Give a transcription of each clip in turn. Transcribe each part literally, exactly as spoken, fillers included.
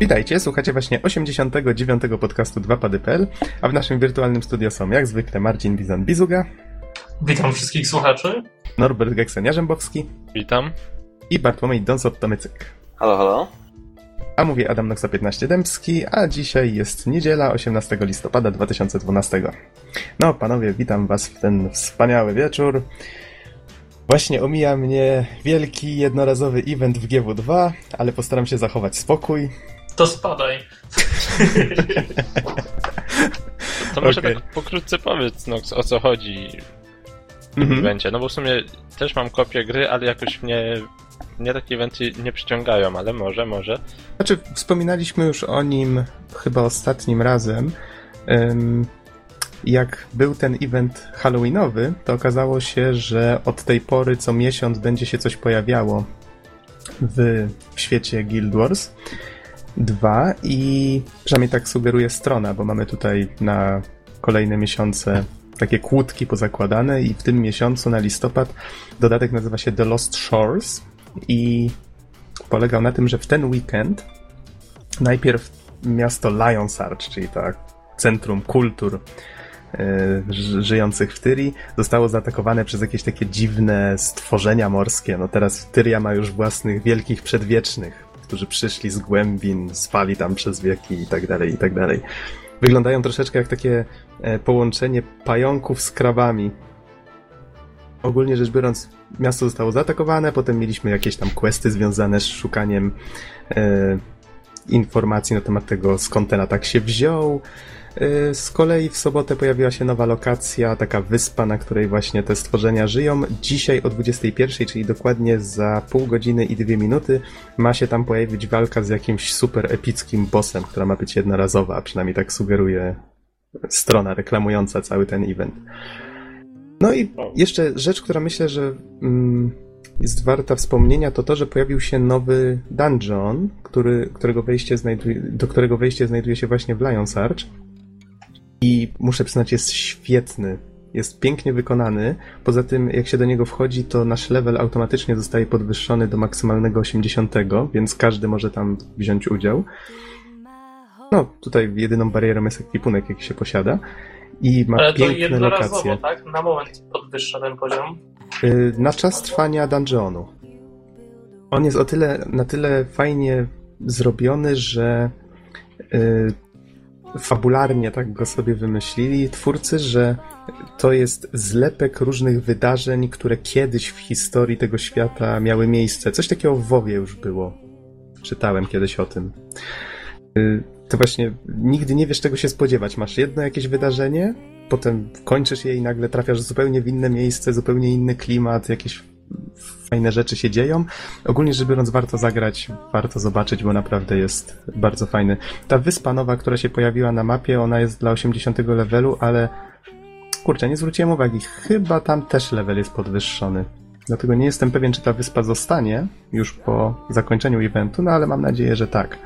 Witajcie, słuchacie właśnie osiemdziesiątego dziewiątego podcastu dwa pady kropka p l, a w naszym wirtualnym studio są jak zwykle Marcin Bizon-Bizuga. Witam wszystkich słuchaczy. Norbert Geksen-Jarzębowski. Witam. I Bartłomiej Donsot-Tomycyk. Halo, halo. A mówi Adam Noxa piętnaście Dębski, a dzisiaj jest niedziela, osiemnastego listopada dwa tysiące dwunastego. No panowie, witam was w ten wspaniały wieczór. Właśnie omija mnie wielki, jednorazowy event w G W dwa, ale postaram się zachować spokój. To spadaj. To może Okay. tak pokrótce powiedz, Nox, o co chodzi w Mhm. evencie. No bo w sumie też mam kopię gry, ale jakoś mnie, mnie takie eventy nie przyciągają, ale może, może. Znaczy, wspominaliśmy już o nim chyba ostatnim razem. Ym, jak był ten event halloweenowy, to okazało się, że od tej pory co miesiąc będzie się coś pojawiało w świecie Guild Wars dwa i przynajmniej tak sugeruje strona, bo mamy tutaj na kolejne miesiące takie kłódki pozakładane i w tym miesiącu na listopad dodatek nazywa się The Lost Shores i polegał na tym, że w ten weekend najpierw miasto Lionsarge, czyli ta centrum kultur yy, żyjących w Tyrii, zostało zaatakowane przez jakieś takie dziwne stworzenia morskie. No teraz Tyria ma już własnych wielkich przedwiecznych, którzy przyszli z głębin, spali tam przez wieki i tak dalej, i tak dalej. Wyglądają troszeczkę jak takie e, połączenie pająków z krabami. Ogólnie rzecz biorąc, miasto zostało zaatakowane, potem mieliśmy jakieś tam questy związane z szukaniem e, informacji na temat tego, skąd ten atak się wziął. E, z kolei w sobotę pojawiła się nowa lokacja, taka wyspa, na której właśnie te stworzenia żyją. Dzisiaj o dwudziestej pierwszej, czyli dokładnie za pół godziny i dwie minuty, ma się tam pojawić walka z jakimś super epickim bossem, która ma być jednorazowa, a przynajmniej tak sugeruje strona reklamująca cały ten event. No i jeszcze rzecz, która myślę, że mm, jest warta wspomnienia, to to, że pojawił się nowy dungeon, który, którego wejście znajduje, do którego wejście znajduje się właśnie w Lionsarge. I muszę przyznać, jest świetny. Jest pięknie wykonany. Poza tym, jak się do niego wchodzi, to nasz level automatycznie zostaje podwyższony do maksymalnego osiemdziesiątego, więc każdy może tam wziąć udział. No, tutaj jedyną barierą jest ekwipunek, jaki się posiada. I ma Ale to piękne jednorazowo, lokacje. tak? Na moment podwyższa ten poziom. Yy, na czas trwania dungeonu. On jest o tyle, na tyle fajnie zrobiony, że yy, fabularnie tak go sobie wymyślili twórcy, że to jest zlepek różnych wydarzeń, które kiedyś w historii tego świata miały miejsce. Coś takiego w WoWie już było. Czytałem kiedyś o tym. Yy, to właśnie nigdy nie wiesz, czego się spodziewać. Masz jedno jakieś wydarzenie, potem kończysz je i nagle trafiasz zupełnie w inne miejsce, zupełnie inny klimat, jakieś fajne rzeczy się dzieją. Ogólnie rzecz biorąc, warto zagrać, warto zobaczyć, bo naprawdę jest bardzo fajny. Ta wyspa nowa, która się pojawiła na mapie, ona jest dla osiemdziesiątego levelu, ale kurczę, nie zwróciłem uwagi, chyba tam też level jest podwyższony. Dlatego nie jestem pewien, czy ta wyspa zostanie już po zakończeniu eventu, no ale mam nadzieję, że tak.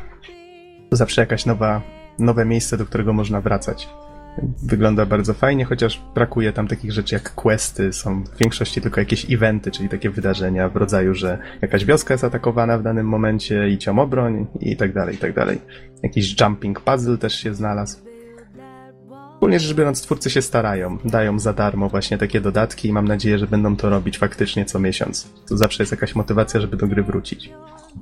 To zawsze jakaś nowa, nowe miejsce, do którego można wracać. Wygląda bardzo fajnie, chociaż brakuje tam takich rzeczy jak questy, są w większości tylko jakieś eventy, czyli takie wydarzenia w rodzaju, że jakaś wioska jest atakowana w danym momencie i ciomobroń i tak dalej, i tak dalej. Jakiś jumping puzzle też się znalazł. Ogólnie rzecz biorąc, twórcy się starają, dają za darmo właśnie takie dodatki i mam nadzieję, że będą to robić faktycznie co miesiąc. To zawsze jest jakaś motywacja, żeby do gry wrócić.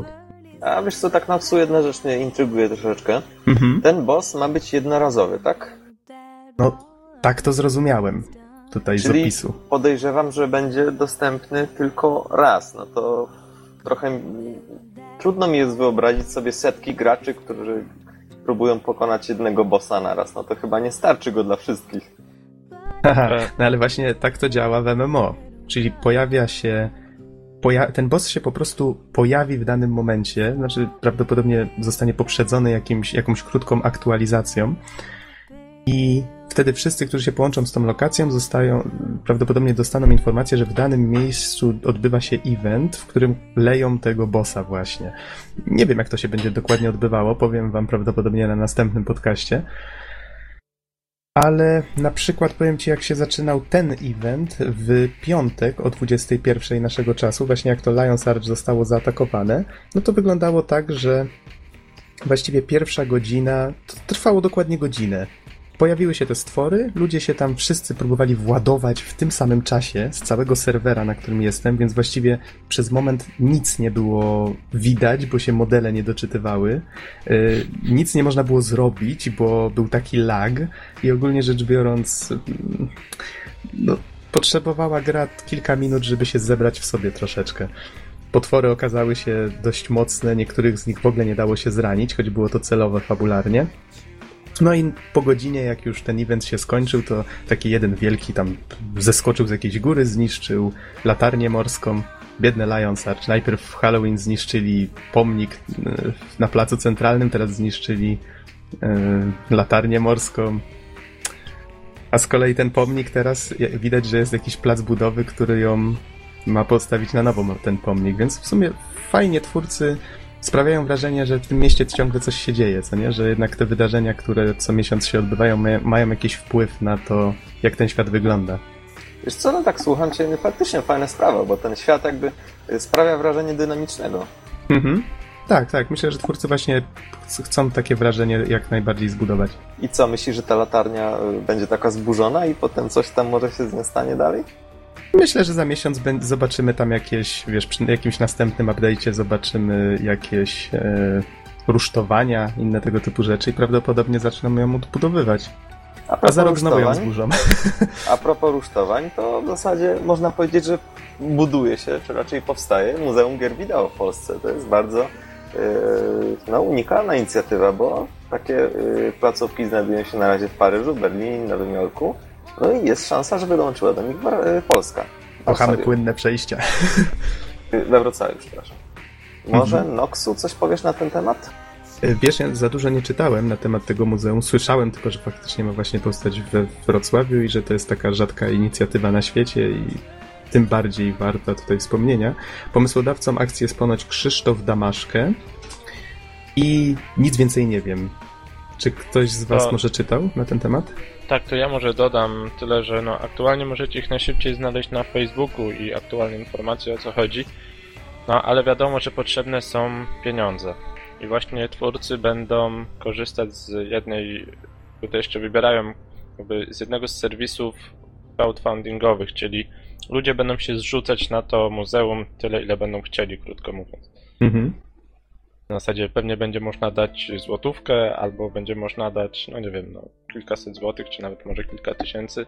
A wiesz co, tak na wsu jedna rzecz mnie intryguje troszeczkę. Mhm. Ten boss ma być jednorazowy, tak? No, tak to zrozumiałem tutaj Czyli z opisu. podejrzewam, że będzie dostępny tylko raz. No to trochę trudno mi jest wyobrazić sobie setki graczy, którzy próbują pokonać jednego bossa na raz. No to chyba nie starczy go dla wszystkich. Haha, no ale właśnie tak to działa w M M O. Czyli pojawia się... Poja- ten boss się po prostu pojawi w danym momencie, znaczy prawdopodobnie zostanie poprzedzony jakimś, jakąś krótką aktualizacją i wtedy wszyscy, którzy się połączą z tą lokacją, zostają, prawdopodobnie dostaną informację, że w danym miejscu odbywa się event, w którym leją tego bossa właśnie. Nie wiem, jak to się będzie dokładnie odbywało, powiem wam prawdopodobnie na następnym podcaście. Ale na przykład powiem ci, jak się zaczynał ten event w piątek o dwudziestej pierwszej naszego czasu, właśnie jak to Lionsarge zostało zaatakowane, no to wyglądało tak, że właściwie pierwsza godzina, to trwało dokładnie godzinę. Pojawiły się te stwory, ludzie się tam wszyscy próbowali władować w tym samym czasie z całego serwera, na którym jestem, więc właściwie przez moment nic nie było widać, bo się modele nie doczytywały. Yy, nic nie można było zrobić, bo był taki lag i ogólnie rzecz biorąc, no, potrzebowała gra kilka minut, żeby się zebrać w sobie troszeczkę. Potwory okazały się dość mocne, niektórych z nich w ogóle nie dało się zranić, choć było to celowe fabularnie. No i po godzinie, jak już ten event się skończył, to taki jeden wielki tam zeskoczył z jakiejś góry, zniszczył latarnię morską. Biedne Lions Arch. Najpierw w Halloween zniszczyli pomnik na placu centralnym, teraz zniszczyli yy, latarnię morską. A z kolei ten pomnik teraz, widać, że jest jakiś plac budowy, który ją ma postawić na nowo, ten pomnik. Więc w sumie fajnie twórcy sprawiają wrażenie, że w tym mieście ciągle coś się dzieje, co nie? Że jednak te wydarzenia, które co miesiąc się odbywają, mają jakiś wpływ na to, jak ten świat wygląda. Wiesz co, no tak słucham cię, faktycznie fajna sprawa, bo ten świat jakby sprawia wrażenie dynamicznego. Mhm. Tak, tak. Myślę, że twórcy właśnie chcą takie wrażenie jak najbardziej zbudować. I co, myślisz, że ta latarnia będzie taka zburzona i potem coś tam może się z nią stanie dalej? Myślę, że za miesiąc zobaczymy tam jakieś, wiesz, przy jakimś następnym update'cie zobaczymy jakieś e, rusztowania, inne tego typu rzeczy i prawdopodobnie zaczną ją odbudowywać. A, A za rok znowu ją zburzą. A propos rusztowań, to w zasadzie można powiedzieć, że buduje się, czy raczej powstaje Muzeum Gier Wideo w Polsce. To jest bardzo yy, no, unikalna inicjatywa, bo takie yy, placówki znajdują się na razie w Paryżu, Berlinie, Nowym Jorku. No i jest szansa, żeby dołączyła do nich Polska. Kochamy płynne przejścia. We Wrocławiu, przepraszam. Może mhm. Noxu coś powiesz na ten temat? Wiesz, ja za dużo nie czytałem na temat tego muzeum. Słyszałem tylko, że faktycznie ma właśnie powstać we Wrocławiu i że to jest taka rzadka inicjatywa na świecie i tym bardziej warta tutaj wspomnienia. Pomysłodawcą akcji jest ponoć Krzysztof Damaszkę i nic więcej nie wiem. Czy ktoś z was to... może czytał na ten temat? Tak, to ja może dodam tyle, że no aktualnie możecie ich najszybciej znaleźć na Facebooku i aktualne informacje o co chodzi. No ale wiadomo, że potrzebne są pieniądze. I właśnie twórcy będą korzystać z jednej, tutaj jeszcze wybierają jakby z jednego z serwisów crowdfundingowych, czyli ludzie będą się zrzucać na to muzeum tyle, ile będą chcieli, krótko mówiąc. Mhm. W zasadzie pewnie będzie można dać złotówkę, albo będzie można dać, no nie wiem, no, kilkaset złotych, czy nawet może kilka tysięcy.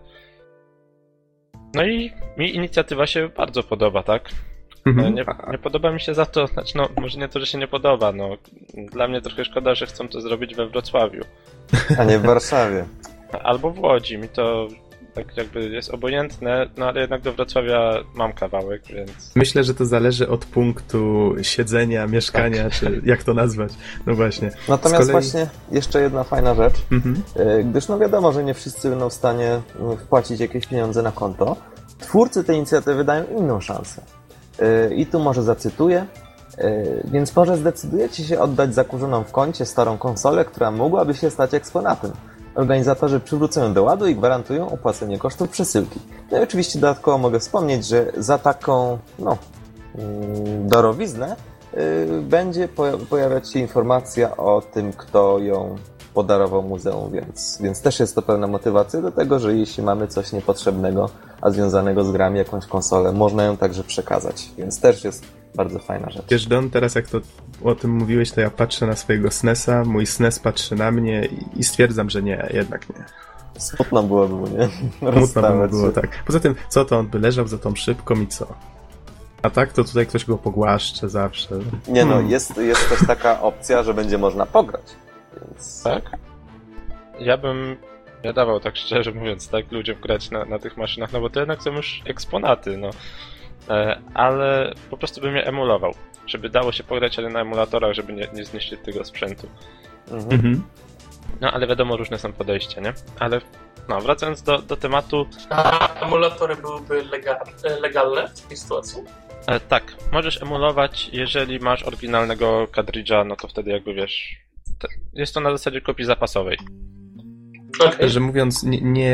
No i mi inicjatywa się bardzo podoba, tak? Mhm. Nie, nie podoba mi się za to, znaczy no, może nie to, że się nie podoba, no. Dla mnie trochę szkoda, że chcą to zrobić we Wrocławiu. A nie w Warszawie. Albo w Łodzi, mi to tak jakby jest obojętne, no ale jednak do Wrocławia mam kawałek, więc... Myślę, że to zależy od punktu siedzenia, mieszkania, tak. Czy jak to nazwać. No właśnie. Natomiast kolei... właśnie jeszcze jedna fajna rzecz, mhm. gdyż no wiadomo, że nie wszyscy będą w stanie wpłacić jakieś pieniądze na konto. Twórcy tej inicjatywy dają inną szansę. I tu może zacytuję. Więc może zdecydujecie się oddać zakurzoną w koncie starą konsolę, która mogłaby się stać eksponatem. Organizatorzy przywrócą ją do ładu i gwarantują opłacenie kosztów przesyłki. No i oczywiście dodatkowo mogę wspomnieć, że za taką no, dorowiznę yy, będzie pojawiać się informacja o tym, kto ją podarował muzeum, więc, więc też jest to pewna motywacja do tego, że jeśli mamy coś niepotrzebnego, a związanego z grami, jakąś konsolę, można ją także przekazać, więc też jest bardzo fajna rzecz. Wiesz, Don, teraz jak to o tym mówiłeś, to ja patrzę na swojego S N E S a, mój S N E S patrzy na mnie i, i stwierdzam, że nie, jednak nie. Smutno byłoby mu, nie? Smutno by było, tak. Poza tym, co to on by leżał za tą szybką i co? A tak, to tutaj ktoś go pogłaszcze zawsze. Nie no, hmm. jest, jest też taka opcja, że będzie można pograć. Więc... Tak? Ja bym nie dawał, tak szczerze mówiąc, tak ludziom grać na, na tych maszynach, no bo to jednak są już eksponaty, no. E, ale po prostu bym je emulował, żeby dało się pograć, ale na emulatorach, żeby nie, nie zniszczyć tego sprzętu. Mhm. No, ale wiadomo, różne są podejścia, nie? Ale, no, wracając do, do tematu... A emulatory byłyby legal, legalne w tej sytuacji? E, tak, możesz emulować, jeżeli masz oryginalnego kartridża, no to wtedy jakby wiesz... Jest to na zasadzie kopii zapasowej. Okay. Że mówiąc, nie, nie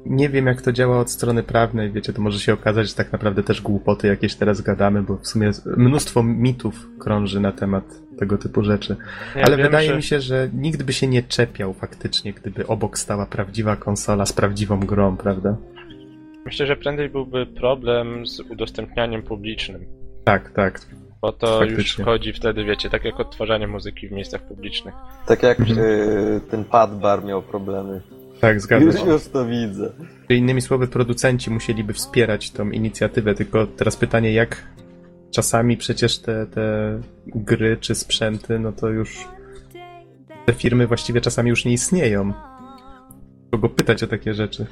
nie wiem, jak to działa od strony prawnej, wiecie, to może się okazać, że tak naprawdę też głupoty jakieś teraz gadamy, bo w sumie mnóstwo mitów krąży na temat tego typu rzeczy. Ja Ale wiem, wydaje że... mi się, że nikt by się nie czepiał faktycznie, gdyby obok stała prawdziwa konsola z prawdziwą grą, prawda? Myślę, że prędzej byłby problem z udostępnianiem publicznym. Tak, tak. Bo to Faktycznie. już wchodzi wtedy, wiecie, tak jak odtwarzanie muzyki w miejscach publicznych. Tak jak Mhm. y, ten padbar miał problemy. Tak, zgadzam Już, się. już to widzę. Innymi słowy, producenci musieliby wspierać tą inicjatywę, tylko teraz pytanie, jak czasami przecież te, te gry czy sprzęty, no to już te firmy właściwie czasami już nie istnieją. Kogo pytać o takie rzeczy?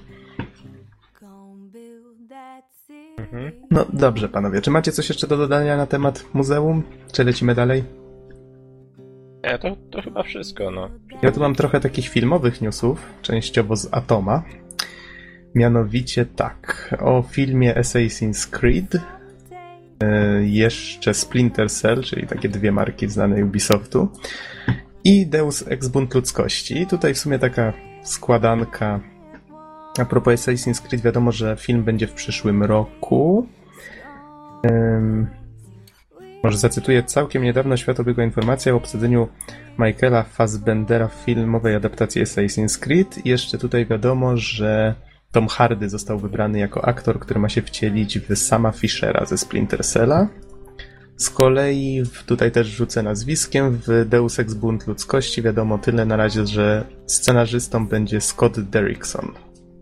Mhm. No dobrze, panowie, czy macie coś jeszcze do dodania na temat muzeum? Czy lecimy dalej? Nie, to, to chyba wszystko, no. Ja tu mam trochę takich filmowych newsów, częściowo z Atoma. Mianowicie tak, o filmie Assassin's Creed, e, jeszcze Splinter Cell, czyli takie dwie marki znane Ubisoftu, i Deus Ex Bunt Ludzkości. I tutaj w sumie taka składanka. A propos Assassin's Creed, wiadomo, że film będzie w przyszłym roku. Um, może zacytuję, całkiem niedawno świat obiegła informacja o obsadzeniu Michaela Fassbendera w filmowej adaptacji Assassin's Creed. I jeszcze tutaj wiadomo, że Tom Hardy został wybrany jako aktor, który ma się wcielić w Sama Fishera ze Splinter Cella. Z kolei tutaj też rzucę nazwiskiem, w Deus Ex Bunt Ludzkości wiadomo tyle na razie, że scenarzystą będzie Scott Derrickson.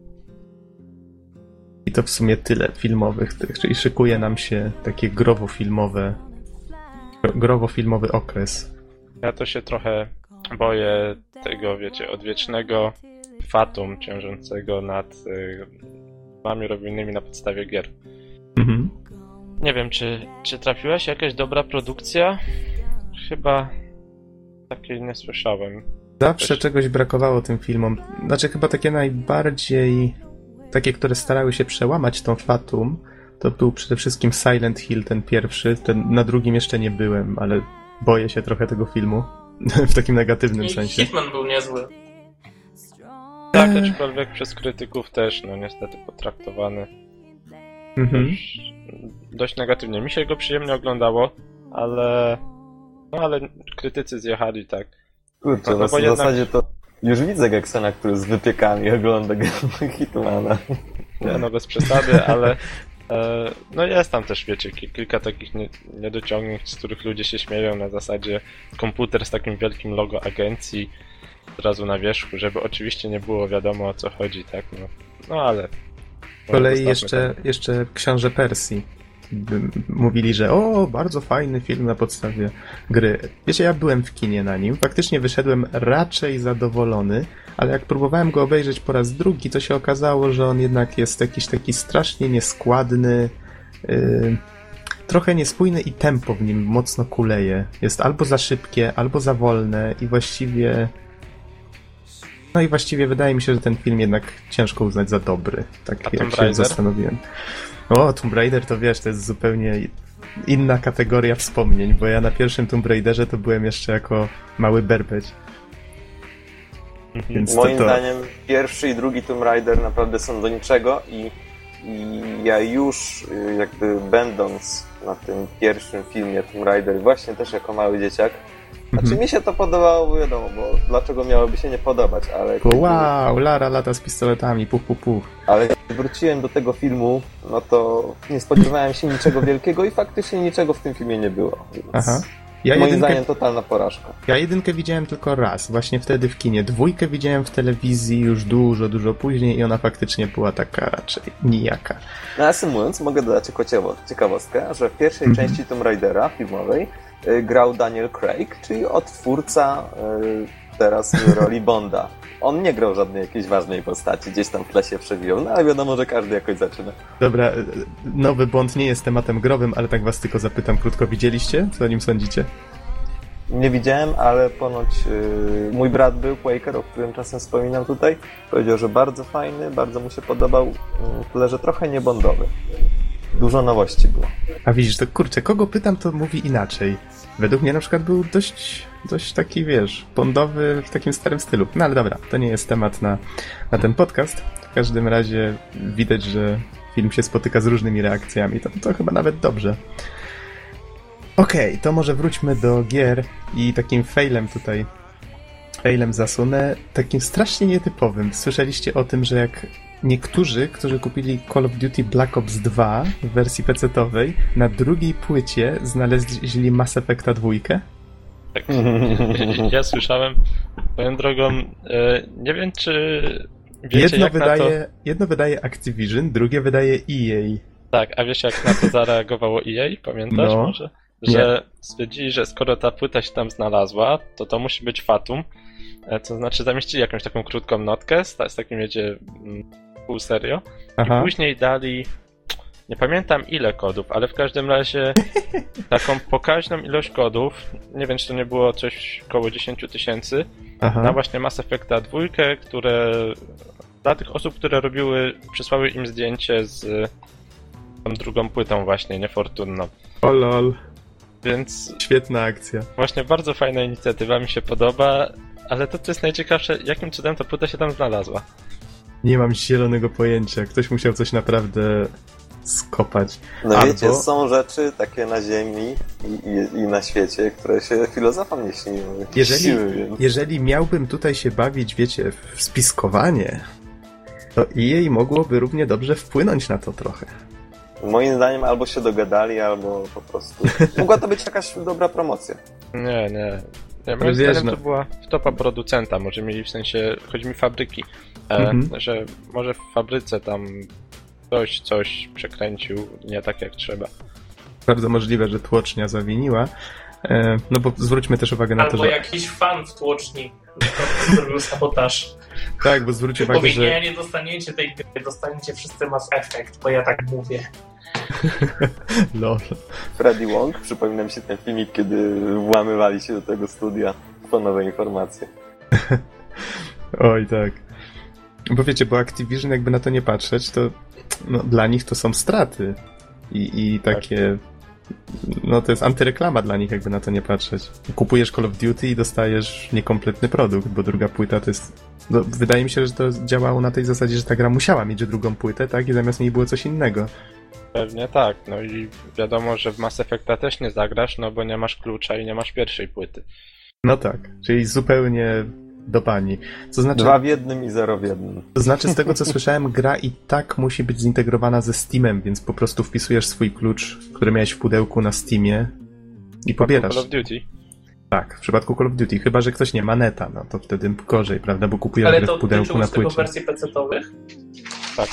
I to w sumie tyle filmowych tych, czyli szykuje nam się takie growo-filmowe, growo-filmowy okres. Ja to się trochę boję tego, wiecie, odwiecznego fatum ciążącego nad y, filmami robionymi na podstawie gier. Mhm. Nie wiem, czy, czy trafiła się jakaś dobra produkcja? Chyba takiej nie słyszałem. Zawsze Też... czegoś brakowało tym filmom. Znaczy chyba takie najbardziej, takie, które starały się przełamać tą fatum, to był przede wszystkim Silent Hill, ten pierwszy. Ten, na drugim jeszcze nie byłem, ale boję się trochę tego filmu. W takim negatywnym I sensie. Hitman był niezły. Tak, Eee. aczkolwiek przez krytyków też, no niestety potraktowany Mhm. też dość negatywnie. Mi się go przyjemnie oglądało, ale no ale krytycy zjechali, tak. Kurczę, No, no, no bo w jednak- zasadzie to już widzę Geksena, który z wypiekami ogląda Hitmana. Nie, no bez przesady, ale e, no jest tam też, wiecie, ki- kilka takich nie, niedociągnięć, z których ludzie się śmieją na zasadzie komputer z takim wielkim logo agencji od razu na wierzchu, żeby oczywiście nie było wiadomo o co chodzi, tak, no, no ale... Z kolei zostawmy jeszcze, to. jeszcze Książę Persji. Mówili, że o, bardzo fajny film na podstawie gry. Wiecie, ja byłem w kinie na nim, faktycznie wyszedłem raczej zadowolony, ale jak próbowałem go obejrzeć po raz drugi, to się okazało, że on jednak jest jakiś taki strasznie nieskładny, yy, trochę niespójny i tempo w nim mocno kuleje. Jest albo za szybkie, albo za wolne i właściwie... No i właściwie wydaje mi się, że ten film jednak ciężko uznać za dobry, tak A jak Tomb się Raider? zastanowiłem. O, Tomb Raider to wiesz, to jest zupełnie inna kategoria wspomnień, bo ja na pierwszym Tomb Raiderze to byłem jeszcze jako mały berbeć. Więc to, Moim to... zdaniem pierwszy i drugi Tomb Raider naprawdę są do niczego i, i ja już y, jakby będąc na tym pierwszym filmie Tomb Raider właśnie też jako mały dzieciak, znaczy Mhm. mi się to podobało, bo wiadomo, bo dlaczego miałoby się nie podobać, ale kiedy, Wow, Lara lata z pistoletami, puch, puch, puch. ale kiedy wróciłem do tego filmu, no to nie spodziewałem się niczego wielkiego i faktycznie niczego w tym filmie nie było. Więc Aha. Ja moim jedynkę, zdaniem totalna porażka. ja jedynkę widziałem tylko raz, właśnie wtedy w kinie. Dwójkę widziałem w telewizji już dużo, dużo później i ona faktycznie była taka raczej nijaka. Reasumując, mogę dodać jako ciekawo- ciekawostkę, że w pierwszej Mhm. części Tomb Raidera filmowej y, grał Daniel Craig, czyli odtwórca y, teraz roli Bonda. On nie grał żadnej jakiejś ważnej postaci, gdzieś tam w tle się przewijał, no ale wiadomo, że każdy jakoś zaczyna. Dobra, nowy Bond nie jest tematem growym, ale tak was tylko zapytam krótko, widzieliście? Co o nim sądzicie? Nie widziałem, ale ponoć y, mój brat był, Quaker, o którym czasem wspominam tutaj, powiedział, że bardzo fajny, bardzo mu się podobał, y, tyle, że trochę niebondowy. Dużo nowości było. A widzisz, to kurczę, kogo pytam, to mówi inaczej. Według mnie na przykład był dość, dość taki, wiesz, bondowy w takim starym stylu. No ale dobra, to nie jest temat na, na ten podcast. każdym razie widać, że film się spotyka z różnymi reakcjami. To, to chyba nawet dobrze. Okej, okay, to może wróćmy do gier i takim failem tutaj, failem zasunę, takim strasznie nietypowym. Słyszeliście o tym, że jak niektórzy, którzy kupili Call of Duty Black Ops dwa w wersji pecetowej, na drugiej płycie znaleźli Mass Effecta dwójkę? Tak, ja słyszałem. Swoją drogą, nie wiem, czy wiecie, jedno jak wydaje, na to... Jedno wydaje Activision, drugie wydaje E A. Tak, a wiesz, jak na to zareagowało E A? Pamiętasz no, może? Że nie. Stwierdzili, że skoro ta płyta się tam znalazła, to to musi być Fatum. To znaczy zamieścili jakąś taką krótką notkę z, z takim, wiecie, pół serio. Aha. I później dali, nie pamiętam ile kodów, ale w każdym razie taką pokaźną ilość kodów, nie wiem, czy to nie było coś koło dziesięć tysięcy, na właśnie Mass Effecta dwójkę, które dla tych osób, które robiły, przysłały im zdjęcie z tą drugą płytą właśnie, niefortunną. O lol. Więc... Świetna akcja. Właśnie bardzo fajna inicjatywa, mi się podoba, ale to, co jest najciekawsze, jakim cudem ta płyta się tam znalazła. Nie mam zielonego pojęcia. Ktoś musiał coś naprawdę skopać. No Albo... wiecie, są rzeczy takie na ziemi i, i, i na świecie, które się filozofom nie śniły. Jeżeli, Siły, więc... jeżeli miałbym tutaj się bawić, wiecie, w spiskowanie, to E A mogłoby równie dobrze wpłynąć na to trochę. Moim zdaniem albo się dogadali, albo po prostu... Mogła to być jakaś dobra promocja. Nie, nie. nie moim Wiesz, zdaniem no... to była wtopa producenta, może mieli w sensie, chodzi mi fabryki, e, mhm. że może w fabryce tam ktoś coś przekręcił nie tak jak trzeba. Bardzo możliwe, że tłocznia zawiniła, e, no bo zwróćmy też uwagę na albo to, że... Albo jakiś fan w tłoczni zrobił sabotaż. Tak, bo zwróćcie uwagę, Mówi, że... nie, nie dostaniecie tej gry, dostaniecie wszyscy Mass Effect, bo ja tak mówię. Lol. Freddy Wong, przypomina mi się ten filmik, kiedy włamywali się do tego studia po nowe informacje. Oj, tak. Bo wiecie, bo Activision, jakby na to nie patrzeć, to no, dla nich to są straty. I, i takie... No to jest antyreklama dla nich, jakby na to nie patrzeć. Kupujesz Call of Duty i dostajesz niekompletny produkt, bo druga płyta to jest... No, wydaje mi się, że to działało na tej zasadzie, że ta gra musiała mieć drugą płytę, tak? I zamiast niej było coś innego. Pewnie tak, no i wiadomo, że w Mass Effecta też nie zagrasz, no bo nie masz klucza i nie masz pierwszej płyty. No tak, czyli zupełnie do bani. To znaczy, Dwa w jednym i zero w jednym. To znaczy, z tego co słyszałem, gra i tak musi być zintegrowana ze Steamem, więc po prostu wpisujesz swój klucz, który miałeś w pudełku na Steamie i pobierasz. Call of Duty? Tak, w przypadku Call of Duty. Chyba że ktoś nie ma neta, no to wtedy gorzej, prawda? Bo kupujesz grę w pudełku na płycie. Ale to wersji pecetowych? Tak.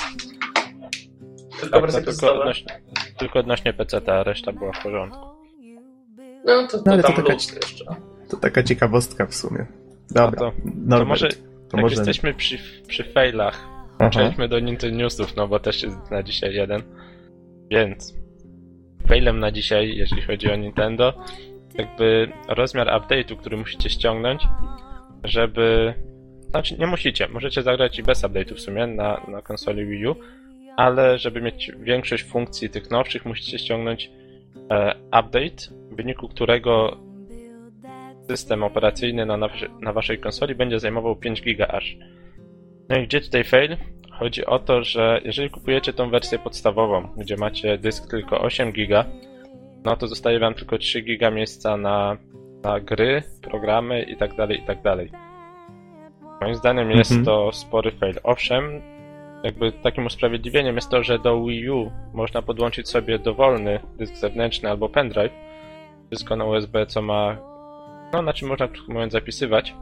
Tylko tak, tak, tylko, odnośnie, tylko odnośnie peceta, a reszta była w porządku. No to, to, no, ale tam to taka, jeszcze. To taka ciekawostka w sumie. Dobra, to, no, to może, to jak może... jesteśmy przy, przy failach, przejdźmy do Nintendo Newsów, no bo też jest na dzisiaj jeden. Więc failem na dzisiaj, jeśli chodzi o Nintendo, jakby rozmiar update'u, który musicie ściągnąć, żeby... Znaczy nie musicie, możecie zagrać i bez update'u w sumie na, na konsoli Wii U, ale żeby mieć większość funkcji tych nowszych, musicie ściągnąć e, update, w wyniku którego system operacyjny na, na waszej konsoli będzie zajmował pięć giga aż. No i gdzie tutaj fail? Chodzi o to, że jeżeli kupujecie tą wersję podstawową, gdzie macie dysk tylko osiem giga, no to zostaje wam tylko trzy giga miejsca na, na gry, programy itd., itd. Moim zdaniem jest mm-hmm. to spory fail. Owszem, jakby takim usprawiedliwieniem jest to, że do Wii U można podłączyć sobie dowolny dysk zewnętrzny albo pendrive, wszystko na U S B, co ma, no na czym można krótko mówiąc zapisywać,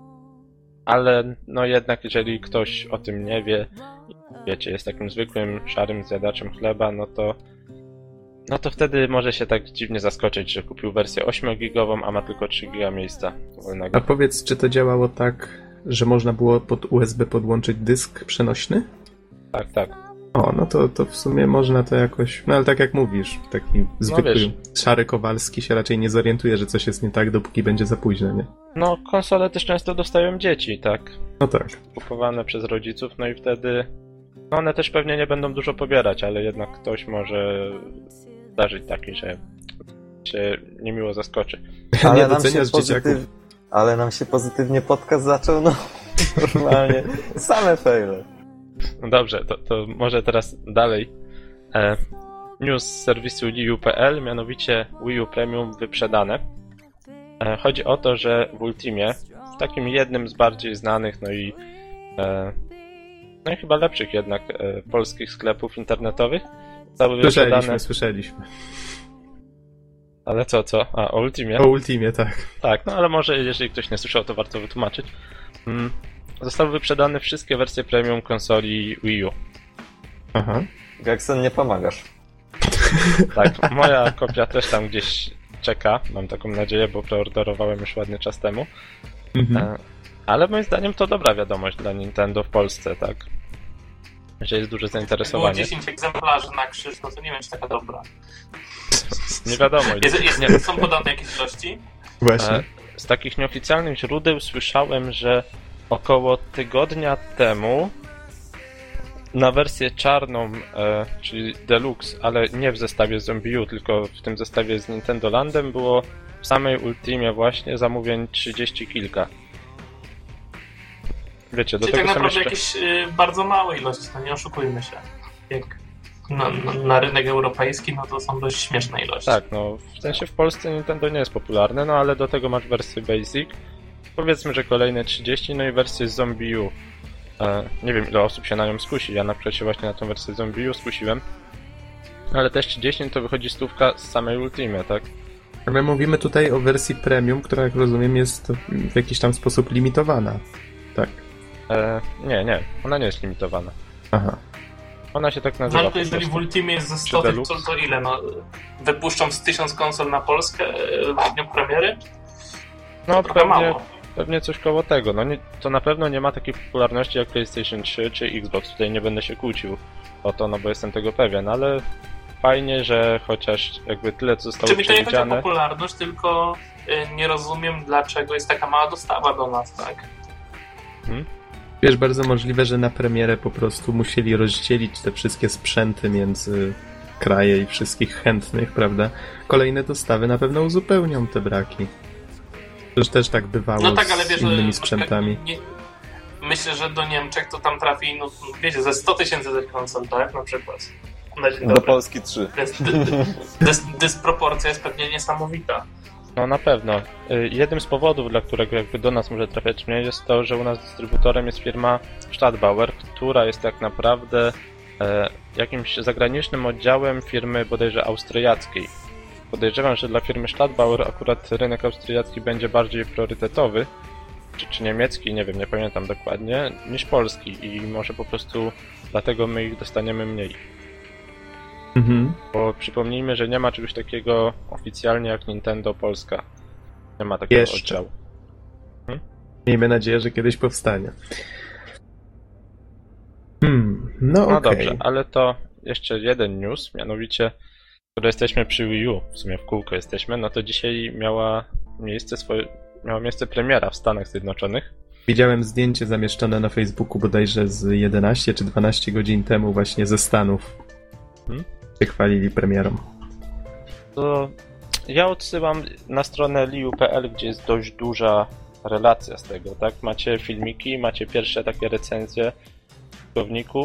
ale no jednak jeżeli ktoś o tym nie wie, wiecie, jest takim zwykłym, szarym zjadaczem chleba, no to no to wtedy może się tak dziwnie zaskoczyć, że kupił wersję ośmiogigową, a ma tylko trzy giga miejsca wolnego. A powiedz, czy to działało tak, że można było pod U S B podłączyć dysk przenośny? Tak, tak. O, no to, to w sumie można to jakoś... No ale tak jak mówisz, taki zwykły no szary Kowalski się raczej nie zorientuje, że coś jest nie tak, dopóki będzie za późno, nie? No, konsole też często dostają dzieci, tak? No tak. Kupowane przez rodziców, no i wtedy... No one też pewnie nie będą dużo pobierać, ale jednak ktoś może zdarzyć taki, że się niemiło zaskoczy. Ale nie nam doceniasz się pozytyw... dzieciaków. Ale nam się pozytywnie podcast zaczął, no normalnie. Same faile. No dobrze, to, to może teraz dalej. E, news z serwisu Wii U kropka p l, mianowicie Wii U Premium wyprzedane. E, chodzi o to, że w Ultimie, w takim jednym z bardziej znanych, no i e, no i chyba lepszych jednak e, polskich sklepów internetowych, zostały Słyszeliśmy, wyprzedane... słyszeliśmy. Ale co, co? A, o Ultimie? O Ultimie, tak. Tak, no ale może jeżeli ktoś nie słyszał, to warto wytłumaczyć. Mm, zostały wyprzedane wszystkie wersje premium konsoli Wii U. Aha. Gekson, nie pomagasz. Tak, moja kopia też tam gdzieś czeka, mam taką nadzieję, bo preorderowałem już ładny czas temu. Mhm. E, ale moim zdaniem to dobra wiadomość dla Nintendo w Polsce, tak? Że jest duże Jak było zainteresowanie. dziesięć egzemplarzy na krzyż, no to nie wiem, czy taka dobra. Nie wiadomo. Jest, jest, nie. Są podane jakieś ilości? Właśnie. E, z takich nieoficjalnych źródeł słyszałem, że około tygodnia temu na wersję czarną, e, czyli Deluxe, ale nie w zestawie z Zombie U, tylko w tym zestawie z Nintendo Landem, było w samej Ultimie właśnie zamówień trzydzieści kilka. Wiecie, do Czyli tego tak są naprawdę jeszcze... jakieś y, bardzo małe ilości, no nie oszukujmy się. Jak na, na, na rynek europejski, no to są dość śmieszne ilości. Tak, no w sensie w Polsce Nintendo nie jest popularne, no ale do tego masz wersję Basic. Powiedzmy, że kolejne trzydzieści, no i wersję z Zombie U. E, nie wiem, ile osób się na nią skusi, ja na przykład się właśnie na tą wersję Zombie U skusiłem. Ale też trzydzieści to wychodzi stówka z samej Ultimie, tak? My mówimy tutaj o wersji premium, która jak rozumiem jest w jakiś tam sposób limitowana. Tak. E, nie, nie, ona nie jest limitowana. Aha. Ona się tak nazywa. No to jeżeli w Ultimie jest ze sto, Czy to, to ile? No, wypuszczą z tysiąc konsol na Polskę w dniu premiery? No Trochę pewnie, mało. pewnie coś koło tego. No nie, to na pewno nie ma takiej popularności jak PlayStation trzy czy Xbox. Tutaj nie będę się kłócił o to, no bo jestem tego pewien, ale fajnie, że chociaż jakby tyle co zostało Czy mi to nie chodzi o przewidziane. popularność, tylko y, nie rozumiem, dlaczego jest taka mała dostawa do nas, tak? Hmm? Wiesz, bardzo możliwe, że na premierę po prostu musieli rozdzielić te wszystkie sprzęty między kraje i wszystkich chętnych, prawda? Kolejne dostawy na pewno uzupełnią te braki. Przecież też tak bywało No tak, ale z wiesz, innymi że- sprzętami. Nie, myślę, że do Niemczech to tam trafi, no wiecie, ze sto tysięcy tych konsol, tak? Na przykład. Na dzień Do dobry. Polski trzy. Dys, dy, dys, dysproporcja jest pewnie niesamowita. No na pewno. Y, Jednym z powodów, dla którego jakby do nas może trafiać mniej, jest to, że u nas dystrybutorem jest firma Stadtbauer, która jest tak naprawdę e, jakimś zagranicznym oddziałem firmy bodajże austriackiej. Podejrzewam, że dla firmy Stadtbauer akurat rynek austriacki będzie bardziej priorytetowy, czy, czy niemiecki, nie wiem, nie pamiętam dokładnie, niż polski i może po prostu dlatego my ich dostaniemy mniej. Mhm. Bo przypomnijmy, że nie ma czegoś takiego oficjalnie jak Nintendo Polska. Nie ma takiego Jeszcze. oddziału. Miejmy nadzieję, że kiedyś powstanie. Hmm, no No okej. dobrze, ale to jeszcze jeden news, mianowicie, skoro jesteśmy przy Wii U, w sumie w kółko jesteśmy, no to dzisiaj miała miejsce swoje, miała miejsce premiera w Stanach Zjednoczonych. Widziałem zdjęcie zamieszczone na Facebooku bodajże z jedenaście czy dwanaście godzin temu właśnie ze Stanów. Hmm? Się chwalili premierą. To ja odsyłam na stronę Wii U kropka p l, gdzie jest dość duża relacja z tego, tak? Macie filmiki, macie pierwsze takie recenzje użytkowników.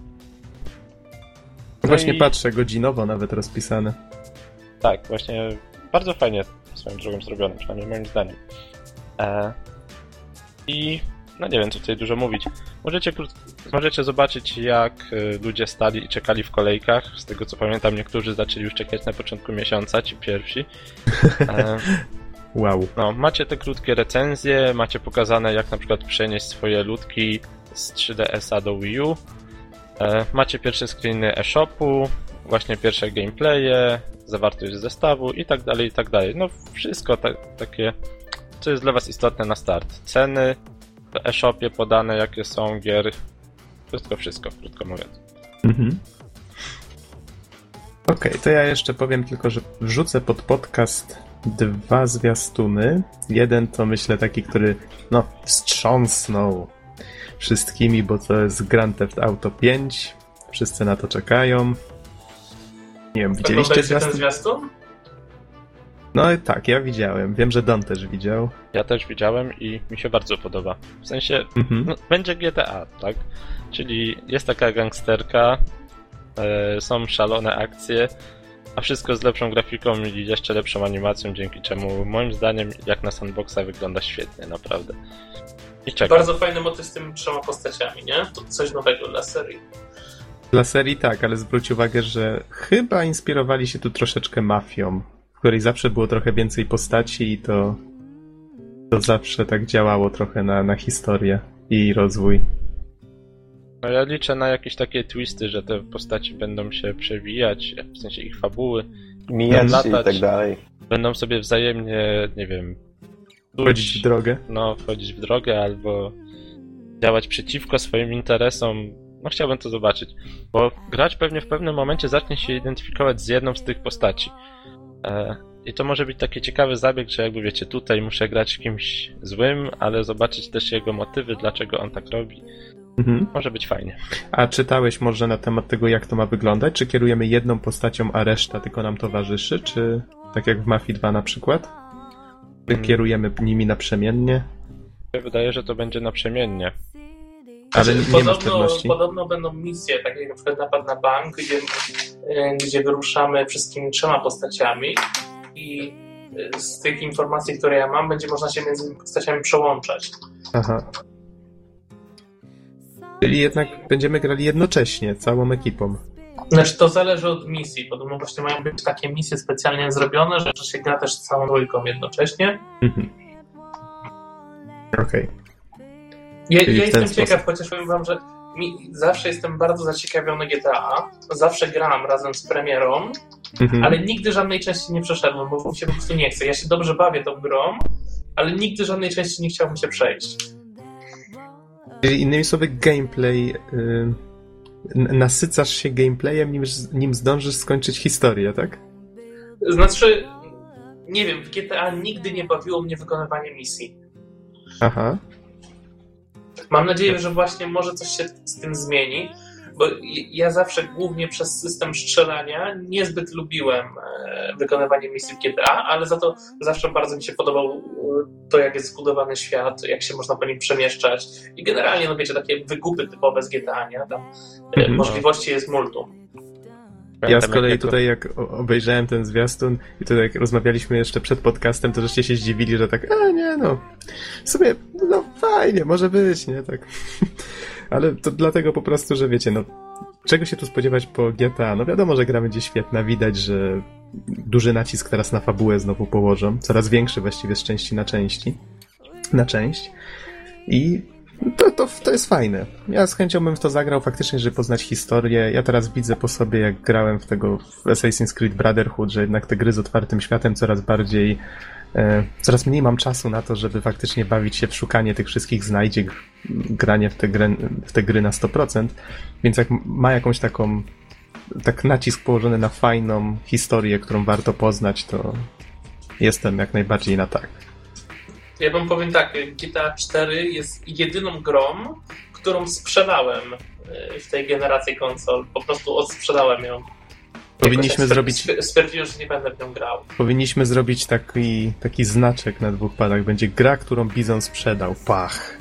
No Właśnie i- patrzę, godzinowo nawet rozpisane. Tak, właśnie bardzo fajnie swoją drogą zrobione, przynajmniej moim zdaniem. E, I no nie wiem, co tutaj dużo mówić. Możecie, krót- możecie zobaczyć, jak y, ludzie stali i czekali w kolejkach. Z tego co pamiętam, niektórzy zaczęli już czekać na początku miesiąca, ci pierwsi. E, Wow. no, macie te krótkie recenzje, macie pokazane, jak na przykład przenieść swoje ludki z trzy D S a do Wii U. E, macie pierwsze screeny e-shopu, właśnie pierwsze gameplaye, zawartość zestawu i tak dalej, i tak dalej. No wszystko ta, takie, co jest dla was istotne na start. Ceny w e-shopie podane, jakie są gier. Wszystko, wszystko, krótko mówiąc. Mhm. Okej, to ja jeszcze powiem tylko, że wrzucę pod podcast dwa zwiastuny. Jeden to myślę taki, który no wstrząsnął wszystkimi, bo to jest Grand Theft Auto pięć. Wszyscy na to czekają. Nie wiem, widzieliście Oglądaliście ten zwiastun? zwiastun? No tak, ja widziałem. Wiem, że Don też widział. Ja też widziałem i mi się bardzo podoba. W sensie, Mhm. no, będzie G T A, tak? Czyli jest taka gangsterka, e, są szalone akcje, a wszystko z lepszą grafiką i jeszcze lepszą animacją, dzięki czemu moim zdaniem jak na sandboxa wygląda świetnie, naprawdę. I czekam. Bardzo fajny motyw z tymi trzema postaciami, nie? To coś nowego dla serii. Dla serii tak, ale zwróć uwagę, że chyba inspirowali się tu troszeczkę mafią, w której zawsze było trochę więcej postaci i to, to zawsze tak działało trochę na, na historię i rozwój. No ja liczę na jakieś takie twisty, że te postaci będą się przewijać, w sensie ich fabuły, Mijać się i latać. tak dalej. będą sobie wzajemnie, nie wiem, Wchodzić w drogę. no, wchodzić w drogę albo działać przeciwko swoim interesom. No chciałbym to zobaczyć, bo gracz pewnie w pewnym momencie zacznie się identyfikować z jedną z tych postaci. E, I to może być taki ciekawy zabieg, że jakby wiecie, tutaj muszę grać kimś złym, ale zobaczyć też jego motywy, dlaczego on tak robi. Mhm. Może być fajnie. A czytałeś może na temat tego, jak to ma wyglądać? Czy kierujemy jedną postacią, a reszta tylko nam towarzyszy? Czy tak jak w Mafii dwa na przykład? Czy Hmm. kierujemy nimi naprzemiennie? Mi się wydaje, że to będzie naprzemiennie. Ale Znaczy, nie masz podobno, pewności. podobno będą misje, takie jak na przykład napad na bank, gdzie, e, gdzie wyruszamy wszystkimi trzema postaciami i e, z tych informacji, które ja mam, będzie można się między postaciami przełączać. Aha. Czyli jednak będziemy grali jednocześnie, całą ekipą. Znaczy to zależy od misji. Podobno właśnie mają być takie misje specjalnie zrobione, że się gra też całą trójką jednocześnie. Mhm. Okej. Ja, Czyli ja w ten jestem sposób. ciekaw, chociaż powiem wam, że mi, zawsze jestem bardzo zaciekawiony G T A. Zawsze gram razem z premierą, Mhm. ale nigdy żadnej części nie przeszedłem, bo mi się po prostu nie chce. Ja się dobrze bawię tą grą, ale nigdy żadnej części nie chciałbym się przejść. Czyli innymi słowy gameplay... Y... n- nasycasz się gameplayem, nim, nim zdążysz skończyć historię, tak? Znaczy, nie wiem, w G T A nigdy nie bawiło mnie wykonywanie misji. Aha. Mam nadzieję, że właśnie może coś się z tym zmieni, bo ja zawsze głównie przez system strzelania niezbyt lubiłem e, wykonywanie misji w G T A, ale za to zawsze bardzo mi się podobał e, to, jak jest zbudowany świat, jak się można po nim przemieszczać i generalnie, no wiecie, takie wygupy typowe z G T A, nie? Tam e, Mhm. możliwości jest multum. Ja z Pamiętam, kolei jak tutaj jak o- obejrzałem ten zwiastun i tutaj jak rozmawialiśmy jeszcze przed podcastem, to żeście się zdziwili, że tak, a nie no, w sumie, no fajnie, może być, nie, tak. Ale to dlatego po prostu, że wiecie, no, czego się tu spodziewać po G T A? No wiadomo, że gra będzie świetna, widać, że duży nacisk teraz na fabułę znowu położą, coraz większy właściwie z części na części, na część i To, to, to jest fajne. Ja z chęcią bym w to zagrał faktycznie, żeby poznać historię. Ja teraz widzę po sobie, jak grałem w tego w Assassin's Creed Brotherhood, że jednak te gry z otwartym światem coraz bardziej, e, coraz mniej mam czasu na to, żeby faktycznie bawić się w szukanie tych wszystkich znajdziek, granie w te gry, w te gry na sto procent. Więc jak ma jakąś taką, tak nacisk położony na fajną historię, którą warto poznać, to jestem jak najbardziej na tak. Ja wam powiem tak, G T A cztery jest jedyną grą, którą sprzedałem w tej generacji konsol. Po prostu odsprzedałem ją. Powinniśmy Jakoś zrobić... Stwierdziłem, że nie będę w nią grał. Powinniśmy zrobić taki, taki znaczek na dwóch padach. Będzie gra, którą Bizon sprzedał. Pach.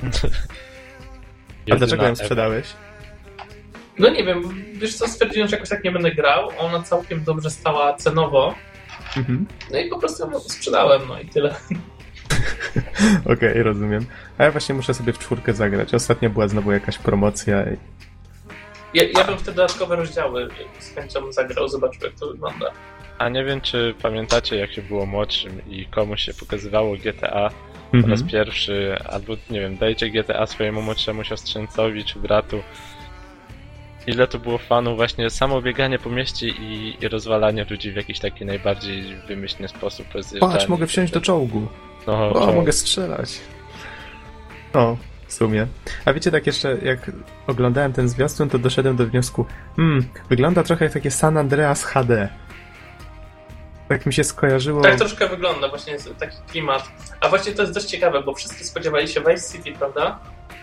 A dlaczego ją sprzedałeś? No nie wiem, wiesz co, stwierdziłem, że jakoś tak nie będę grał. Ona całkiem dobrze stała cenowo. Mhm. No i po prostu ją sprzedałem, no i tyle. Okej, okay, rozumiem. A ja właśnie muszę sobie w czwórkę zagrać. Ostatnio była znowu jakaś promocja. I... Ja, ja bym w te dodatkowe rozdziały z chęcią zagrał, zobaczył jak to wygląda. A nie wiem, czy pamiętacie, jak się było młodszym i komuś się pokazywało G T A Mhm. po raz pierwszy, albo nie wiem, dajcie G T A swojemu młodszemu siostrzeńcowi czy bratu. Ile to było fanu, właśnie samo bieganie po mieście i, i rozwalanie ludzi w jakiś taki najbardziej wymyślny sposób. Patrz, mogę wsiąść do czołgu. No, O, czołg. mogę strzelać. O, w sumie. A wiecie, tak jeszcze, jak oglądałem ten zwiastun, to doszedłem do wniosku, hmm, wygląda trochę jak takie San Andreas H D. Tak mi się skojarzyło... Tak troszkę wygląda, właśnie jest taki klimat. A właśnie to jest dość ciekawe, bo wszyscy spodziewali się Vice City, prawda?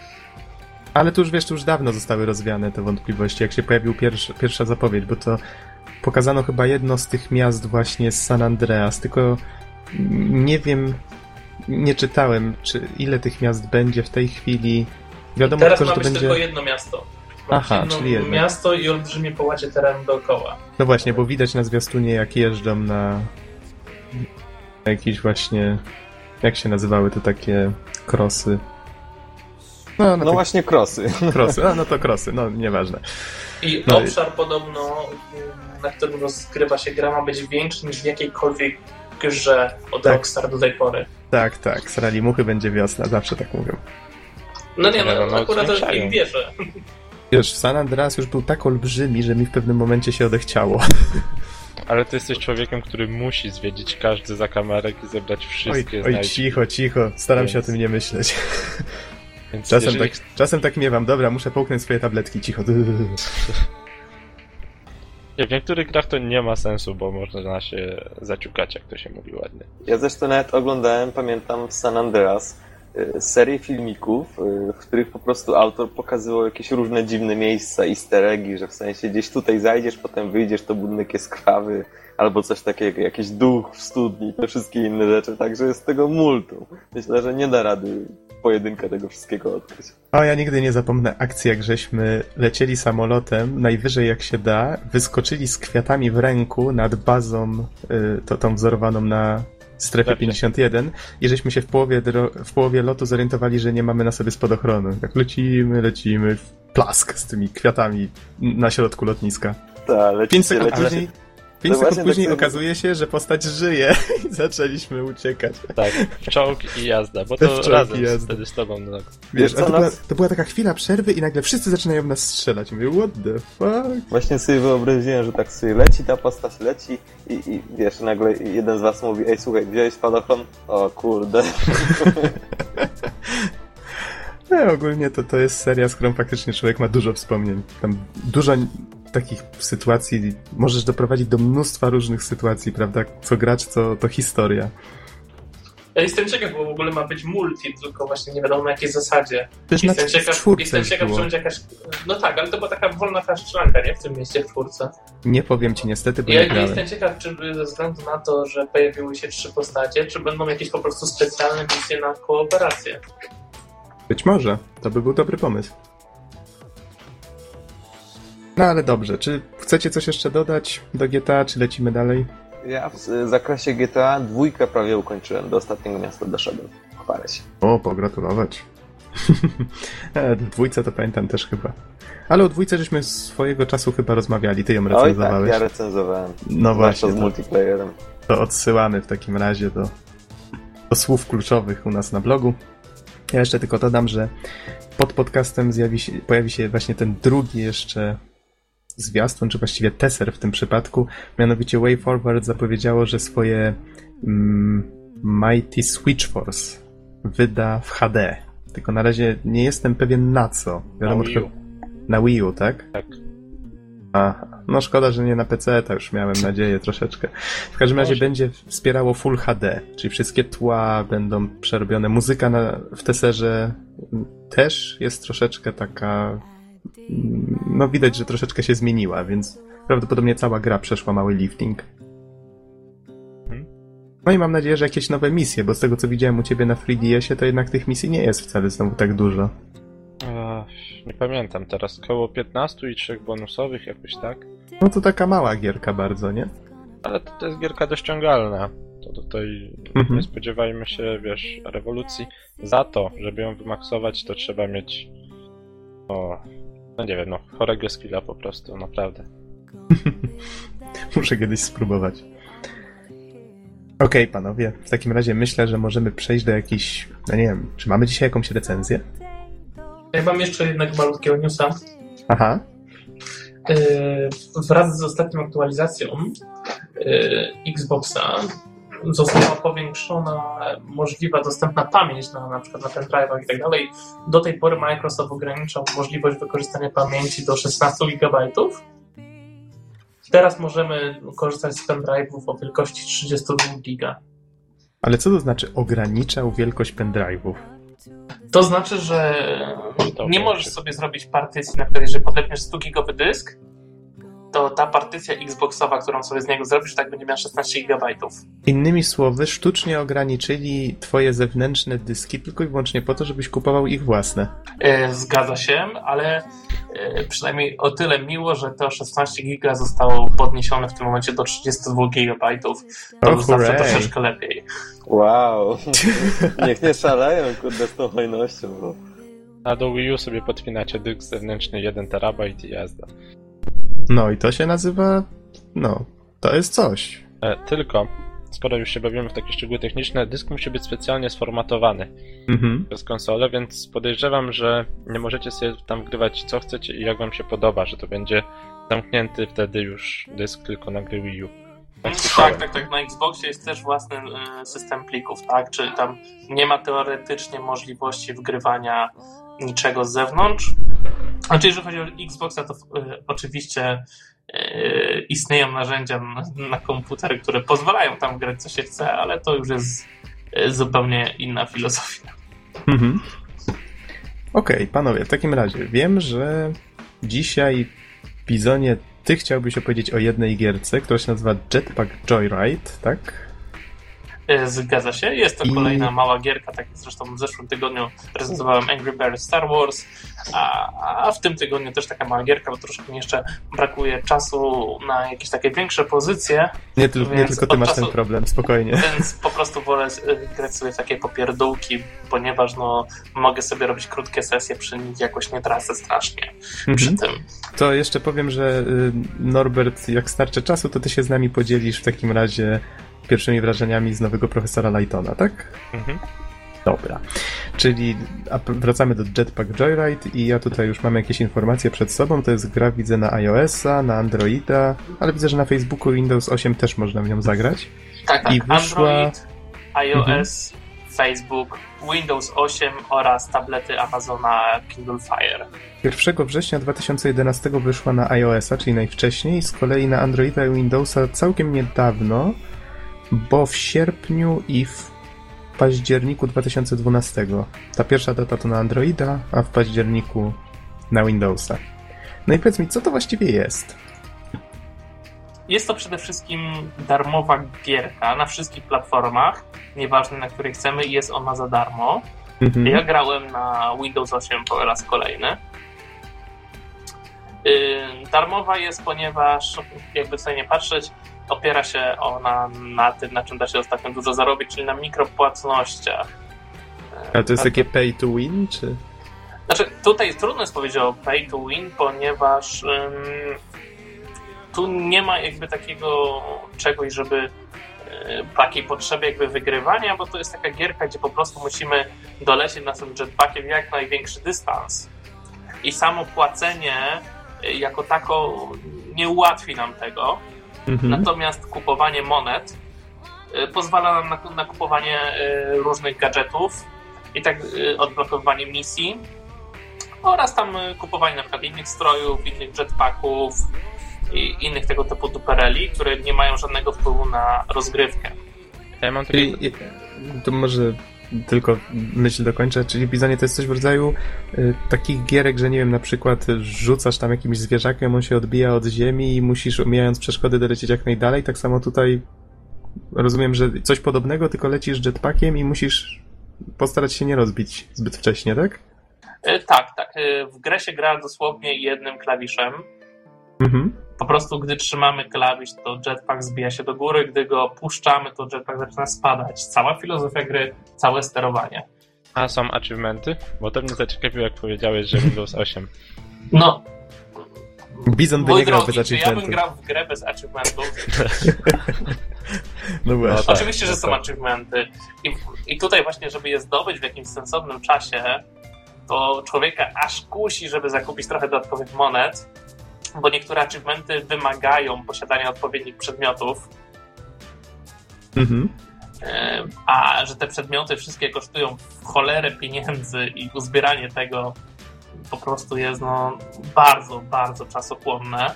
Ale tu już, wiesz, tu już dawno zostały rozwiane te wątpliwości, jak się pojawił pierwszy, pierwsza zapowiedź, bo to pokazano chyba jedno z tych miast właśnie z San Andreas, tylko nie wiem, nie czytałem, czy ile tych miast będzie w tej chwili. Wiadomo Teraz tylko, ma że być to będzie... tylko jedno miasto. Ma Aha, jedno czyli jedno. miasto i olbrzymie połacie terenu dookoła. No właśnie, bo widać na zwiastunie, jak jeżdżą na... na jakieś właśnie... Jak się nazywały te takie krosy? No, no te... właśnie krosy. Krosy, a no to krosy, no nieważne. I no obszar i... podobno, na którym rozgrywa się gra, ma być większy niż w jakiejkolwiek grze od tak. Rockstar do tej pory. Tak, tak, srali muchy, będzie wiosna, zawsze tak mówią. No nie, no, no, no akurat im wierzę. Wiesz, San Andreas już był tak olbrzymi, że mi w pewnym momencie się odechciało. Ale ty jesteś człowiekiem, który musi zwiedzić każdy zakamarek i zebrać wszystkie Oj, oj cicho, cicho, staram Więc... się o tym nie myśleć. Więc czasem, jeżeli... tak, czasem tak miewam, dobra, muszę połknąć swoje tabletki, cicho. W niektórych grach to nie ma sensu, bo można się zaciukać, jak to się mówi ładnie. Ja zresztą nawet oglądałem, pamiętam, w San Andreas serię filmików, w których po prostu autor pokazywał jakieś różne dziwne miejsca, easter eggi, że w sensie gdzieś tutaj zajdziesz, potem wyjdziesz, to budynek jest krwawy, albo coś takiego, jakiś duch w studni, te wszystkie inne rzeczy, także jest tego multum. Myślę, że nie da rady pojedynka tego wszystkiego odkryć. O, ja nigdy nie zapomnę akcji, jak żeśmy lecieli samolotem, najwyżej jak się da, wyskoczyli z kwiatami w ręku nad bazą, y, to, tą wzorowaną na strefie pięćdziesiąt jeden i żeśmy się w połowie, dro- w połowie lotu zorientowali, że nie mamy na sobie spadochronu. Tak lecimy, lecimy, w plask z tymi kwiatami na środku lotniska. Ta, lecicie, Pięć sekund lecicie. później, pięć no sekund później tak okazuje się, że postać żyje i zaczęliśmy uciekać. Tak, w czołg i jazda, bo to razem wtedy z tobą. No. Wiesz, a to, była, to była taka chwila przerwy i nagle wszyscy zaczynają nas strzelać. I mówię, what the fuck? Właśnie sobie wyobraziłem, że tak sobie leci ta postać, leci i, i wiesz, nagle jeden z was mówi, ej słuchaj, wziąłeś spadochron? O kurde. No, ogólnie to, to jest seria, z którą faktycznie człowiek ma dużo wspomnień. Tam dużo takich sytuacji możesz doprowadzić do mnóstwa różnych sytuacji, prawda? Co gracz, co to historia. Ja jestem ciekaw, bo w ogóle ma być multi, tylko właśnie nie wiadomo na jakiej zasadzie. Też jestem na ciekaw, jestem ciekaw, czy będzie jakaś... No tak, ale to była taka wolna kaszczanka, nie? W tym mieście, w czwórce. Nie powiem ci niestety, bo ja nie grałem. Jestem ciekaw, czy ze względu na to, że pojawiły się trzy postacie, czy będą jakieś po prostu specjalne misje na kooperację. Być może. To by był dobry pomysł. No ale dobrze. Czy chcecie coś jeszcze dodać do G T A, czy lecimy dalej? Ja w zakresie G T A dwójkę prawie ukończyłem. Do ostatniego miasta doszedłem. Chwalę się. O, pogratulować. Dwójce to pamiętam też chyba. Ale o dwójce żeśmy swojego czasu chyba rozmawiali. Ty ją recenzowałeś. Oj tak, ja recenzowałem. No właśnie. z to, multiplayerem. To odsyłamy w takim razie do, do słów kluczowych u nas na blogu. Ja jeszcze tylko dodam, że pod podcastem zjawi się, pojawi się właśnie ten drugi jeszcze zwiastun, czy właściwie teaser w tym przypadku. Mianowicie WayForward zapowiedziało, że swoje mm, Mighty Switch Force wyda w H D. Tylko na razie nie jestem pewien na co. Wiadomo, na Wii U. tylko... Na Wii U, tak? Tak. Aha. No szkoda, że nie na P C, to już miałem nadzieję troszeczkę. W każdym razie Może. będzie wspierało Full H D, czyli wszystkie tła będą przerobione. Muzyka na, w teserze też jest troszeczkę taka... No widać, że troszeczkę się zmieniła, więc prawdopodobnie cała gra przeszła mały lifting. No i mam nadzieję, że jakieś nowe misje, bo z tego co widziałem u ciebie na trzy D S-ie, to jednak tych misji nie jest wcale znowu tak dużo. Ech, nie pamiętam teraz, koło piętnastu i trzech bonusowych jakoś, tak? No to taka mała gierka bardzo, nie? Ale to, to jest gierka dościągalna. To tutaj mhm. nie spodziewajmy się, wiesz, rewolucji. Za to, żeby ją wymaksować, to trzeba mieć o, no nie wiem, no, chorego skilla po prostu, naprawdę. Muszę kiedyś spróbować. Okej, okay, panowie, w takim razie myślę, że możemy przejść do jakiejś, no nie wiem, czy mamy dzisiaj jakąś recenzję? Ja mam jeszcze jednego malutkiego newsa. Aha. Yy, wraz z ostatnią aktualizacją yy, Xboxa została powiększona możliwa dostępna pamięć na, na przykład na pendrive'ach i tak dalej. Do tej pory Microsoft ograniczał możliwość wykorzystania pamięci do szesnaście gigabajtów. Teraz możemy korzystać z pendrive'ów o wielkości trzydzieści dwa giga. Ale co to znaczy ograniczał wielkość pendrive'ów? To znaczy, że nie możesz sobie zrobić partycji, na przykład jeżeli podepniesz sto gigowy dysk, to ta partycja Xboxowa, którą sobie z niego zrobisz, tak będzie miała szesnaście gigabajtów. Innymi słowy, sztucznie ograniczyli twoje zewnętrzne dyski tylko i wyłącznie po to, żebyś kupował ich własne. Yy, zgadza się, ale yy, przynajmniej o tyle miło, że to szesnaście giga zostało podniesione w tym momencie do trzydzieści dwa gigabajtów. To już zawsze troszeczkę lepiej. Wow. Niech nie szaleją, kurde, z tą hojnością. Bo... A do Wii U sobie podpinacie dysk zewnętrzny jeden terabajt i jazda. No i to się nazywa... No, to jest coś. E, tylko, skoro już się bawimy w takie szczegóły techniczne, dysk musi być specjalnie sformatowany Mhm. przez konsolę, więc podejrzewam, że nie możecie sobie tam wgrywać co chcecie i jak wam się podoba, że to będzie zamknięty wtedy już dysk tylko na gry Wii U. Tak, tak, tak, tak. Na Xboxie jest też własny y, system plików, tak? Czyli tam nie ma teoretycznie możliwości wgrywania niczego z zewnątrz. Znaczy, jeżeli chodzi o Xboxa, to y, oczywiście y, istnieją narzędzia na, na komputery, które pozwalają tam grać co się chce, ale to już jest y, zupełnie inna filozofia. Mhm. Okej, okay, panowie, w takim razie wiem, że dzisiaj, Bizonie, ty chciałbyś opowiedzieć o jednej gierce, która się nazywa Jetpack Joyride, tak? Zgadza się. Jest to I... kolejna mała gierka, tak jak zresztą w zeszłym tygodniu recenzowałem Angry Birds Star Wars, a, a w tym tygodniu też taka mała gierka, bo troszkę mi jeszcze brakuje czasu na jakieś takie większe pozycje. Nie, tyl- nie tylko ty masz czasu, ten problem, spokojnie. Więc po prostu wolę grać sobie w takie popierdółki, ponieważ no, mogę sobie robić krótkie sesje przy nich, jakoś nie tracę strasznie mhm. przy tym. To jeszcze powiem, że Norbert, jak starczy czasu, to ty się z nami podzielisz w takim razie pierwszymi wrażeniami z nowego profesora Laytona, tak? Mhm. Dobra. Czyli wracamy do Jetpack Joyride i ja tutaj już mam jakieś informacje przed sobą. To jest gra, widzę, na iOS-a, na Androida, ale widzę, że na Facebooku Windows osiem też można w nią zagrać. Tak, tak. I wyszła... Android, iOS, mhm. Facebook, Windows osiem oraz tablety Amazona Kindle Fire. pierwszego września dwa tysiące jedenastego wyszła na iOS-a, czyli najwcześniej, z kolei na Androida i Windowsa całkiem niedawno, bo w sierpniu i w październiku dwa tysiące dwunastego. Ta pierwsza data to na Androida, a w październiku na Windowsa. No i powiedz mi, co to właściwie jest? Jest to przede wszystkim darmowa gierka na wszystkich platformach, nieważne na której chcemy, i jest ona za darmo. Mhm. Ja grałem na Windows osiem po raz kolejny. Darmowa jest, ponieważ jakby sobie nie patrzeć, opiera się ona na tym, na czym da się ostatnio dużo zarobić, czyli na mikropłatnościach. A to jest takie pay to win, czy? Znaczy, tutaj trudno jest powiedzieć o pay to win, ponieważ um, tu nie ma jakby takiego czegoś, żeby um, takiej potrzeby jakby wygrywania, bo to jest taka gierka, gdzie po prostu musimy dolecieć na tym jetpackiem jak największy dystans. I samo płacenie jako tako nie ułatwi nam tego. Mhm. Natomiast kupowanie monet y, pozwala nam na, na kupowanie y, różnych gadżetów i tak y, odblokowywanie misji oraz tam y, kupowanie na przykład innych strojów, innych jetpacków i innych tego typu dupereli, które nie mają żadnego wpływu na rozgrywkę. Ja mam takie... I, to może tylko myśl dokończę, czyli Bizonie to jest coś w rodzaju y, takich gierek, że nie wiem, na przykład rzucasz tam jakimś zwierzakiem, on się odbija od ziemi i musisz, omijając przeszkody, dolecieć jak najdalej. Tak samo tutaj rozumiem, że coś podobnego, tylko lecisz jetpackiem i musisz postarać się nie rozbić zbyt wcześnie, tak? Y, tak, tak. Y, w grę się gra dosłownie jednym klawiszem. Mhm. Po prostu gdy trzymamy klawisz, to jetpack zbija się do góry, gdy go puszczamy, to jetpack zaczyna spadać. Cała filozofia gry, całe sterowanie. A są achievementy? Bo to mnie zaciekawiło, jak powiedziałeś, że Windows osiem. No. Bizon by nie grał bez achievementów. Ja bym grał w grę bez achievementów. No właśnie. No, oczywiście, że są achievementy. I, I tutaj właśnie, żeby je zdobyć w jakimś sensownym czasie, to człowieka aż kusi, żeby zakupić trochę dodatkowych monet, bo niektóre achievementy wymagają posiadania odpowiednich przedmiotów. Mhm. A że te przedmioty wszystkie kosztują w cholerę pieniędzy i uzbieranie tego po prostu jest no bardzo, bardzo czasochłonne,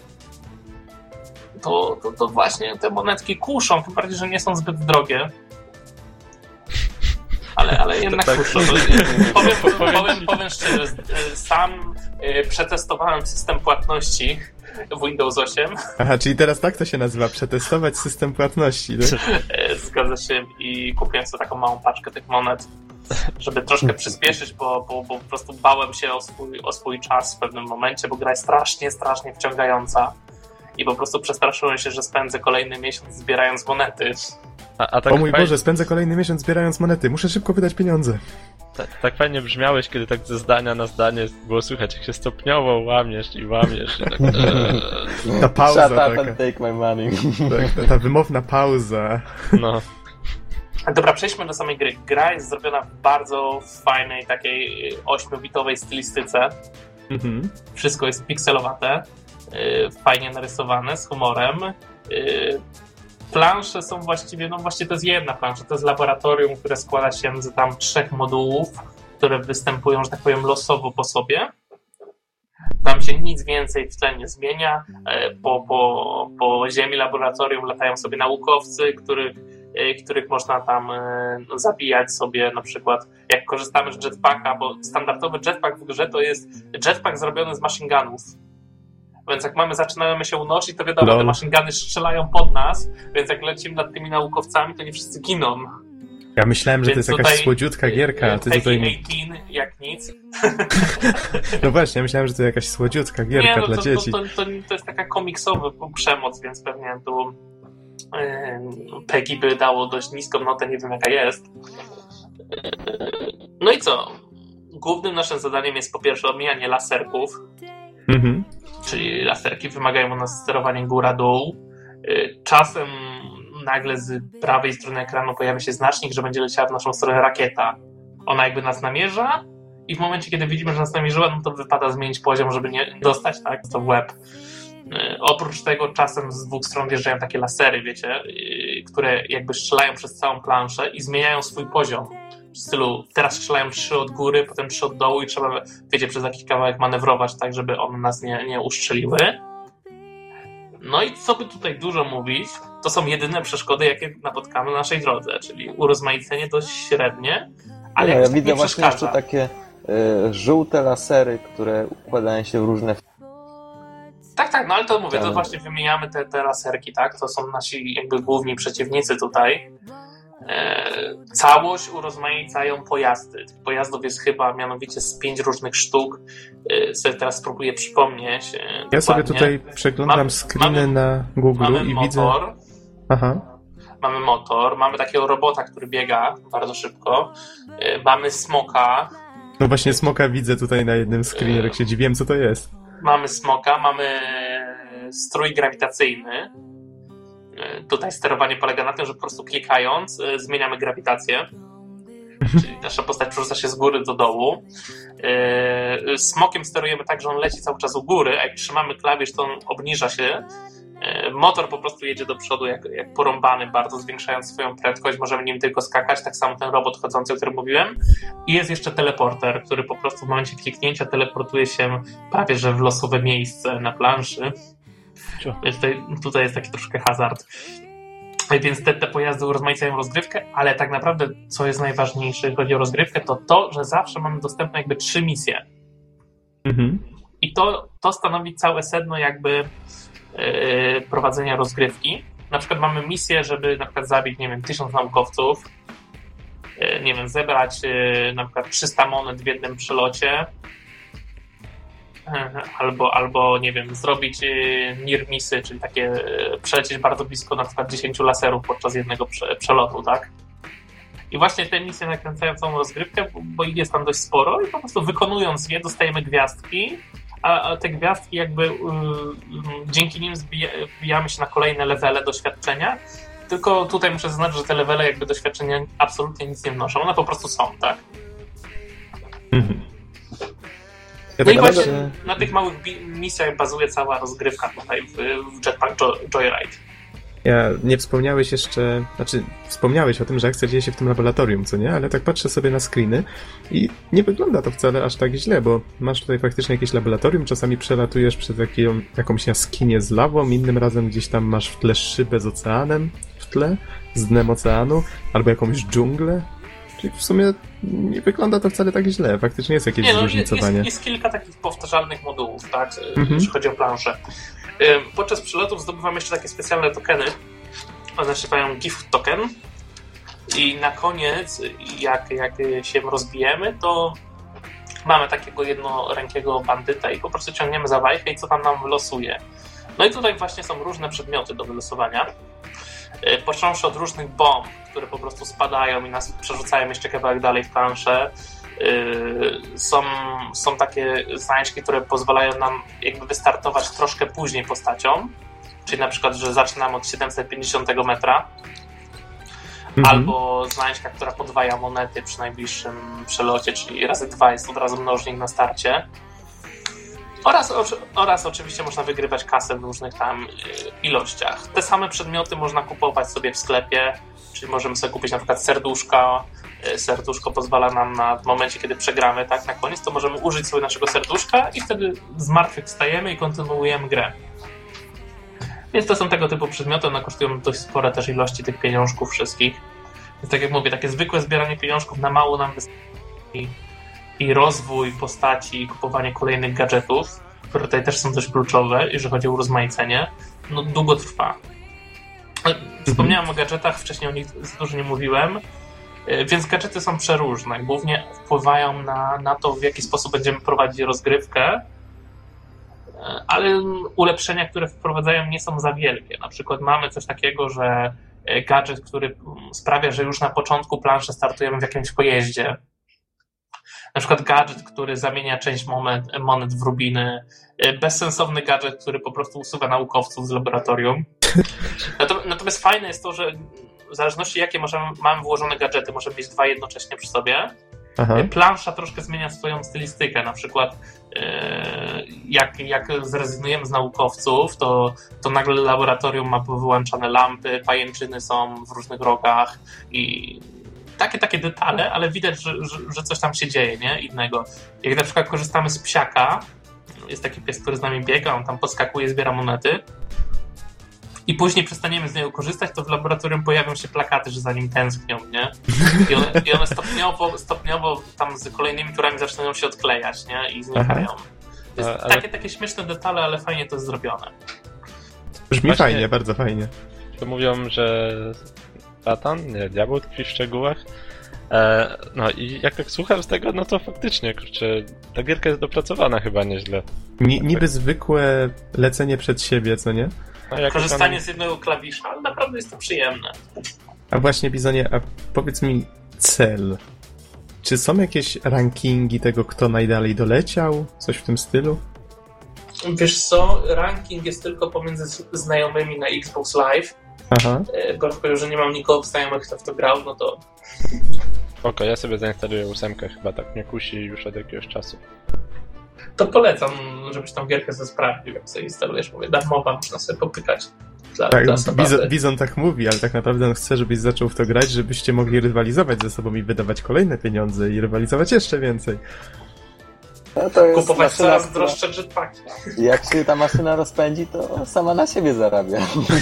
to, to, to właśnie te monetki kuszą, tym bardziej, że nie są zbyt drogie. Ale ale, ale jednak tak, cóż, to, powiem, powiem, powiem szczerze, sam przetestowałem system płatności w Windows osiem. Aha, czyli teraz tak to się nazywa, przetestować system płatności, tak? Zgadza się i kupiłem sobie taką małą paczkę tych monet, żeby troszkę przyspieszyć, bo, bo, bo po prostu bałem się o swój, o swój czas w pewnym momencie, bo gra jest strasznie, strasznie wciągająca i po prostu przestraszyłem się, że spędzę kolejny miesiąc zbierając monety. A, a tak o mój fajnie, Boże, spędzę kolejny miesiąc zbierając monety, muszę szybko wydać pieniądze. tak, tak fajnie brzmiałeś, kiedy tak ze zdania na zdanie było słychać, jak się stopniowo łamiesz i łamiesz. I tak, Ta pauza Shut up taka. and take my money. Tak, ta, ta wymowna pauza. no. Dobra, przejdźmy do samej gry. Gra jest zrobiona w bardzo fajnej, takiej ośmiobitowej stylistyce. Mhm. Wszystko jest pikselowate, fajnie narysowane, z humorem. Plansze są właściwie, no właściwie to jest jedna plansza, to jest laboratorium, które składa się z tam trzech modułów, które występują, że tak powiem, losowo po sobie. Tam się nic więcej w tle nie zmienia. Po, po, po ziemi laboratorium latają sobie naukowcy, których, których można tam no, zabijać sobie, na przykład jak korzystamy z jetpacka, bo standardowy jetpack w grze to jest jetpack zrobiony z machine gunów. Więc jak mamy, zaczynamy się unosić, to wiadomo, Lol. te machine guny strzelają pod nas, więc jak lecimy nad tymi naukowcami, to nie wszyscy giną. Ja myślałem, że Więc to jest jakaś słodziutka gierka, a ty tutaj... osiemnaście jak nic. No właśnie, ja myślałem, że to jakaś słodziutka gierka Nie, no dla to, dzieci. To, to, to, to jest taka komiksowa przemoc, więc pewnie tu yy, Peggy by dało dość niską notę, nie wiem jaka jest. No i co? Głównym naszym zadaniem jest po pierwsze omijanie laserków, Mhm. czyli laserki wymagają od nas sterowania góra-dół. Czasem nagle z prawej strony ekranu pojawia się znacznik, że będzie leciała w naszą stronę rakieta. Ona jakby nas namierza i w momencie, kiedy widzimy, że nas namierzyła, no to wypada zmienić poziom, żeby nie dostać tak to w łeb. Oprócz tego czasem z dwóch stron wjeżdżają takie lasery, wiecie, które jakby strzelają przez całą planszę i zmieniają swój poziom. W stylu, teraz strzelają trzy od góry, potem trzy od dołu i trzeba, wiecie, przez jakiś kawałek manewrować tak, żeby one nas nie, nie uszczeliły. No i co by tutaj dużo mówić, to są jedyne przeszkody, jakie napotkamy na naszej drodze, czyli urozmaicenie dość średnie, ale No, ja ja widzę nie właśnie przeszkadza. jeszcze takie y, żółte lasery, które układają się w różne... Tak, tak, no ale to mówię, to Tak. właśnie wymieniamy te, te laserki, tak? To są nasi jakby główni przeciwnicy tutaj. E, całość urozmaicają pojazdy. Tych pojazdów jest chyba mianowicie z pięć różnych sztuk. E, sobie teraz spróbuję przypomnieć. E, Ja sobie dokładnie. tutaj przeglądam Mamy- screeny mamy- na Google Mamy i widzę... motor, Aha. mamy motor, mamy takiego robota, który biega bardzo szybko. E, mamy smoka, No właśnie smoka widzę tutaj na jednym screenie, jak się dziwiłem, co to jest. mamy smoka, mamy strój grawitacyjny. Tutaj sterowanie polega na tym, że po prostu klikając y, zmieniamy grawitację. Czyli nasza postać przerzuca się z góry do dołu. Yy, smokiem sterujemy tak, że on leci cały czas u góry, a jak trzymamy klawisz, to on obniża się. Yy, motor po prostu jedzie do przodu jak, jak porąbany, bardzo zwiększając swoją prędkość. Możemy nim tylko skakać, tak samo ten robot chodzący, o którym mówiłem. I jest jeszcze teleporter, który po prostu w momencie kliknięcia teleportuje się prawie że w losowe miejsce na planszy. Więc tutaj, tutaj jest taki troszkę hazard. Więc te, te pojazdy urozmaicają rozgrywkę, ale tak naprawdę, co jest najważniejsze, jeśli chodzi o rozgrywkę, to to, że zawsze mamy dostępne jakby trzy misje. Mhm. I to, to stanowi całe sedno jakby yy, prowadzenia rozgrywki. Na przykład mamy misję, żeby na przykład zabić, nie wiem, tysiąc naukowców, yy, nie wiem, zebrać yy, na przykład trzysta monet w jednym przelocie, Albo, albo, nie wiem, zrobić near missy, czyli takie przelecieć bardzo blisko na przykład dziesięciu laserów podczas jednego prze, przelotu, tak? I właśnie te misje nakręcają całą rozgrywkę, bo ich jest tam dość sporo i po prostu wykonując je dostajemy gwiazdki, a, a te gwiazdki jakby yy, dzięki nim zbija, wbijamy się na kolejne levele doświadczenia, tylko tutaj muszę zaznaczyć, że te levele jakby doświadczenia absolutnie nic nie wnoszą, one po prostu są, tak? Mhm. Ja No i tak właśnie naprawdę- na tych małych bi- misjach bazuje cała rozgrywka tutaj w, w Jetpack jo- Joyride. Ja nie wspomniałeś jeszcze, znaczy wspomniałeś o tym, że akcja dzieje się w tym laboratorium, co nie? Ale tak patrzę sobie na screeny i nie wygląda to wcale aż tak źle, bo masz tutaj faktycznie jakieś laboratorium, czasami przelatujesz przez jaką, jakąś jaskinię z lawą, innym razem gdzieś tam masz w tle szybę z oceanem w tle, z dnem oceanu, albo jakąś dżunglę. Czyli w sumie nie wygląda to wcale tak źle, faktycznie jest jakieś nie, no, zróżnicowanie. Jest, jest kilka takich powtarzalnych modułów, tak, Mhm. jeśli chodzi o planszę. Podczas przelotów zdobywamy jeszcze takie specjalne tokeny, one się nazywają gift token i na koniec, jak, jak się rozbijemy, to mamy takiego jednorękiego bandyta i po prostu ciągniemy za wajchę i co tam nam wylosuje. No i tutaj właśnie są różne przedmioty do wylosowania. Począwszy od różnych bomb, które po prostu spadają i nas przerzucają jeszcze kawałek dalej w planszę. Są, są takie znaczki, które pozwalają nam jakby wystartować troszkę później postacią. Czyli na przykład, że zaczynamy od siedemset pięćdziesiątego metra. Mhm. Albo znaczka, która podwaja monety przy najbliższym przelocie, czyli razy dwa jest od razu mnożnik na starcie. Oraz, oraz oczywiście można wygrywać kasę w różnych tam ilościach. Te same przedmioty można kupować sobie w sklepie, czyli możemy sobie kupić na przykład serduszka. Serduszko pozwala nam na, w momencie, kiedy przegramy, tak, na koniec, to możemy użyć sobie naszego serduszka i wtedy zmartwychwstajemy i kontynuujemy grę. Więc to są tego typu przedmioty, one kosztują dość spore też ilości tych pieniążków wszystkich. Więc tak jak mówię, takie zwykłe zbieranie pieniążków na mało nam wystarczy i rozwój postaci, kupowanie kolejnych gadżetów, które tutaj też są dość kluczowe, jeżeli chodzi o urozmaicenie, no długo trwa. Wspomniałem mhm. o gadżetach, wcześniej o nich dużo nie mówiłem, więc gadżety są przeróżne. Głównie wpływają na, na to, w jaki sposób będziemy prowadzić rozgrywkę, ale ulepszenia, które wprowadzają, nie są za wielkie. Na przykład mamy coś takiego, że gadżet, który sprawia, że już na początku planszy startujemy w jakimś pojeździe. Na przykład gadżet, który zamienia część monet, monet w rubiny. Bezsensowny gadżet, który po prostu usuwa naukowców z laboratorium. Natomiast fajne jest to, że w zależności jakie możemy, mamy włożone gadżety, możemy mieć dwa jednocześnie przy sobie. Aha. Plansza troszkę zmienia swoją stylistykę. Na przykład jak, jak zrezygnujemy z naukowców, to, to nagle laboratorium ma wyłączane lampy, pajęczyny są w różnych rogach i takie takie detale, ale widać, że, że, że coś tam się dzieje, nie? Innego. Jak na przykład korzystamy z psiaka, jest taki pies, który z nami biega, on tam podskakuje, zbiera monety i później przestaniemy z niego korzystać, to w laboratorium pojawią się plakaty, że za nim tęsknią, nie? I one, i one stopniowo, stopniowo tam z kolejnymi turami zaczynają się odklejać, nie? I znikają. To jest ale... takie, takie śmieszne detale, ale fajnie to jest zrobione. Brzmi Właśnie fajnie, bardzo fajnie. To mówią, że szatan, nie, diabeł tkwi w szczegółach. E, no i jak tak słucham z tego, no to faktycznie, kurczę, ta gierka jest dopracowana chyba nieźle. Ni, niby zwykłe lecenie przed siebie, co nie? No, korzystanie tam... z jednego klawisza, ale naprawdę jest to przyjemne. A właśnie, Bizonie, a powiedz mi cel. Czy są jakieś rankingi tego, kto najdalej doleciał? Coś w tym stylu? Wiesz co, ranking jest tylko pomiędzy znajomymi na Xbox Live. Aha. Bo że nie mam nikogo znajomych, kto w to grał, no to... Spoko, ja sobie zainstaluję ósemkę, chyba tak mnie kusi już od jakiegoś czasu. To polecam, żebyś tą gierkę sobie sprawdził, jak sobie instalujesz. Mówię, darmowa, można sobie popykać. Dla, tak, dla Bizon, Bizon tak mówi, ale tak naprawdę on chce, żebyś zaczął w to grać, żebyście mogli rywalizować ze sobą i wydawać kolejne pieniądze i rywalizować jeszcze więcej. No to jest kupować maszyna, coraz droższe jetpacki. Jak się ta maszyna rozpędzi, to sama na siebie zarabia.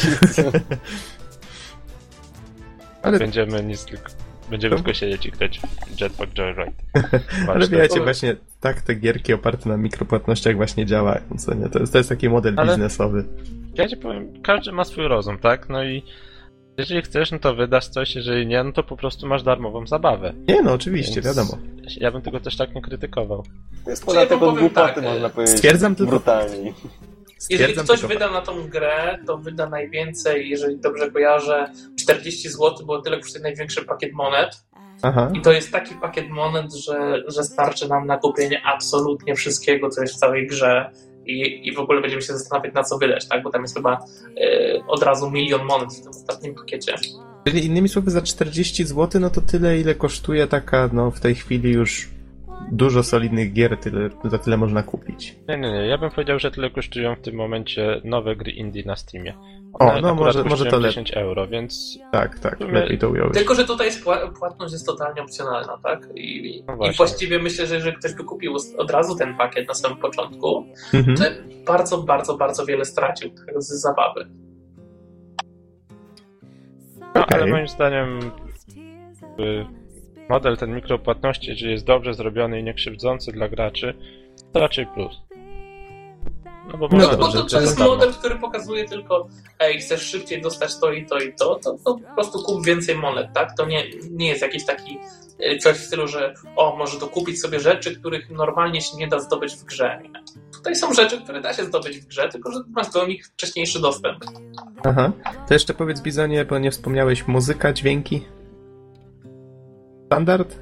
ale... Będziemy nic tylko... Będziemy tylko siedzieć i grać Jetpack Joyride. Ale wiecie, właśnie tak te gierki oparte na mikropłatnościach właśnie działają, co nie? To jest, to jest taki model ale biznesowy. Ja ci powiem, każdy ma swój rozum, tak? No i jeżeli chcesz, no to wydasz coś, jeżeli nie, no to po prostu masz darmową zabawę. Nie, no oczywiście, Więc wiadomo. Ja bym tego też tak nie krytykował. Jest poza tego głupoty, tak, można powiedzieć. Stwierdzam tylko... brutalnie. Jeżeli ktoś wyda na tą grę, to wyda najwięcej, jeżeli dobrze kojarzę, czterdzieści złotych, bo tyle kosztuje największy pakiet monet. Aha. I to jest taki pakiet monet, że, że starczy nam na kupienie absolutnie wszystkiego, co jest w całej grze i, i w ogóle będziemy się zastanawiać, na co wydać, tak? Bo tam jest chyba y, od razu milion monet w tym ostatnim pakiecie. Czyli innymi słowy, za czterdzieści złotych, no to tyle, ile kosztuje taka, no w tej chwili już dużo solidnych gier, tyle, za tyle można kupić. Nie, nie, nie. Ja bym powiedział, że tyle kosztują w tym momencie nowe gry indie na Steamie. One o, no może, może to lepiej. dziesięć euro, więc... Tak, tak, sumie... lepiej to ująłeś. Tylko, że tutaj jest płatność jest totalnie opcjonalna, tak? I, no i właściwie myślę, że jeżeli ktoś by kupił od razu ten pakiet na samym początku, mhm. to bardzo, bardzo, bardzo wiele stracił z zabawy. No, okay. Ale moim zdaniem model ten mikropłatności, jeżeli jest dobrze zrobiony i niekrzywdzący dla graczy, to raczej plus. No bo, no, bo to, to jest model, który pokazuje tylko ej, chcesz szybciej dostać to i to i to, to, to po prostu kup więcej monet, tak? To nie, nie jest jakiś taki coś w stylu, że o, może dokupić sobie rzeczy, których normalnie się nie da zdobyć w grze. Nie? Tutaj są rzeczy, które da się zdobyć w grze, tylko że masz do nich wcześniejszy dostęp. Aha. To jeszcze powiedz, Bizonie, bo nie wspomniałeś, muzyka, dźwięki? Standard?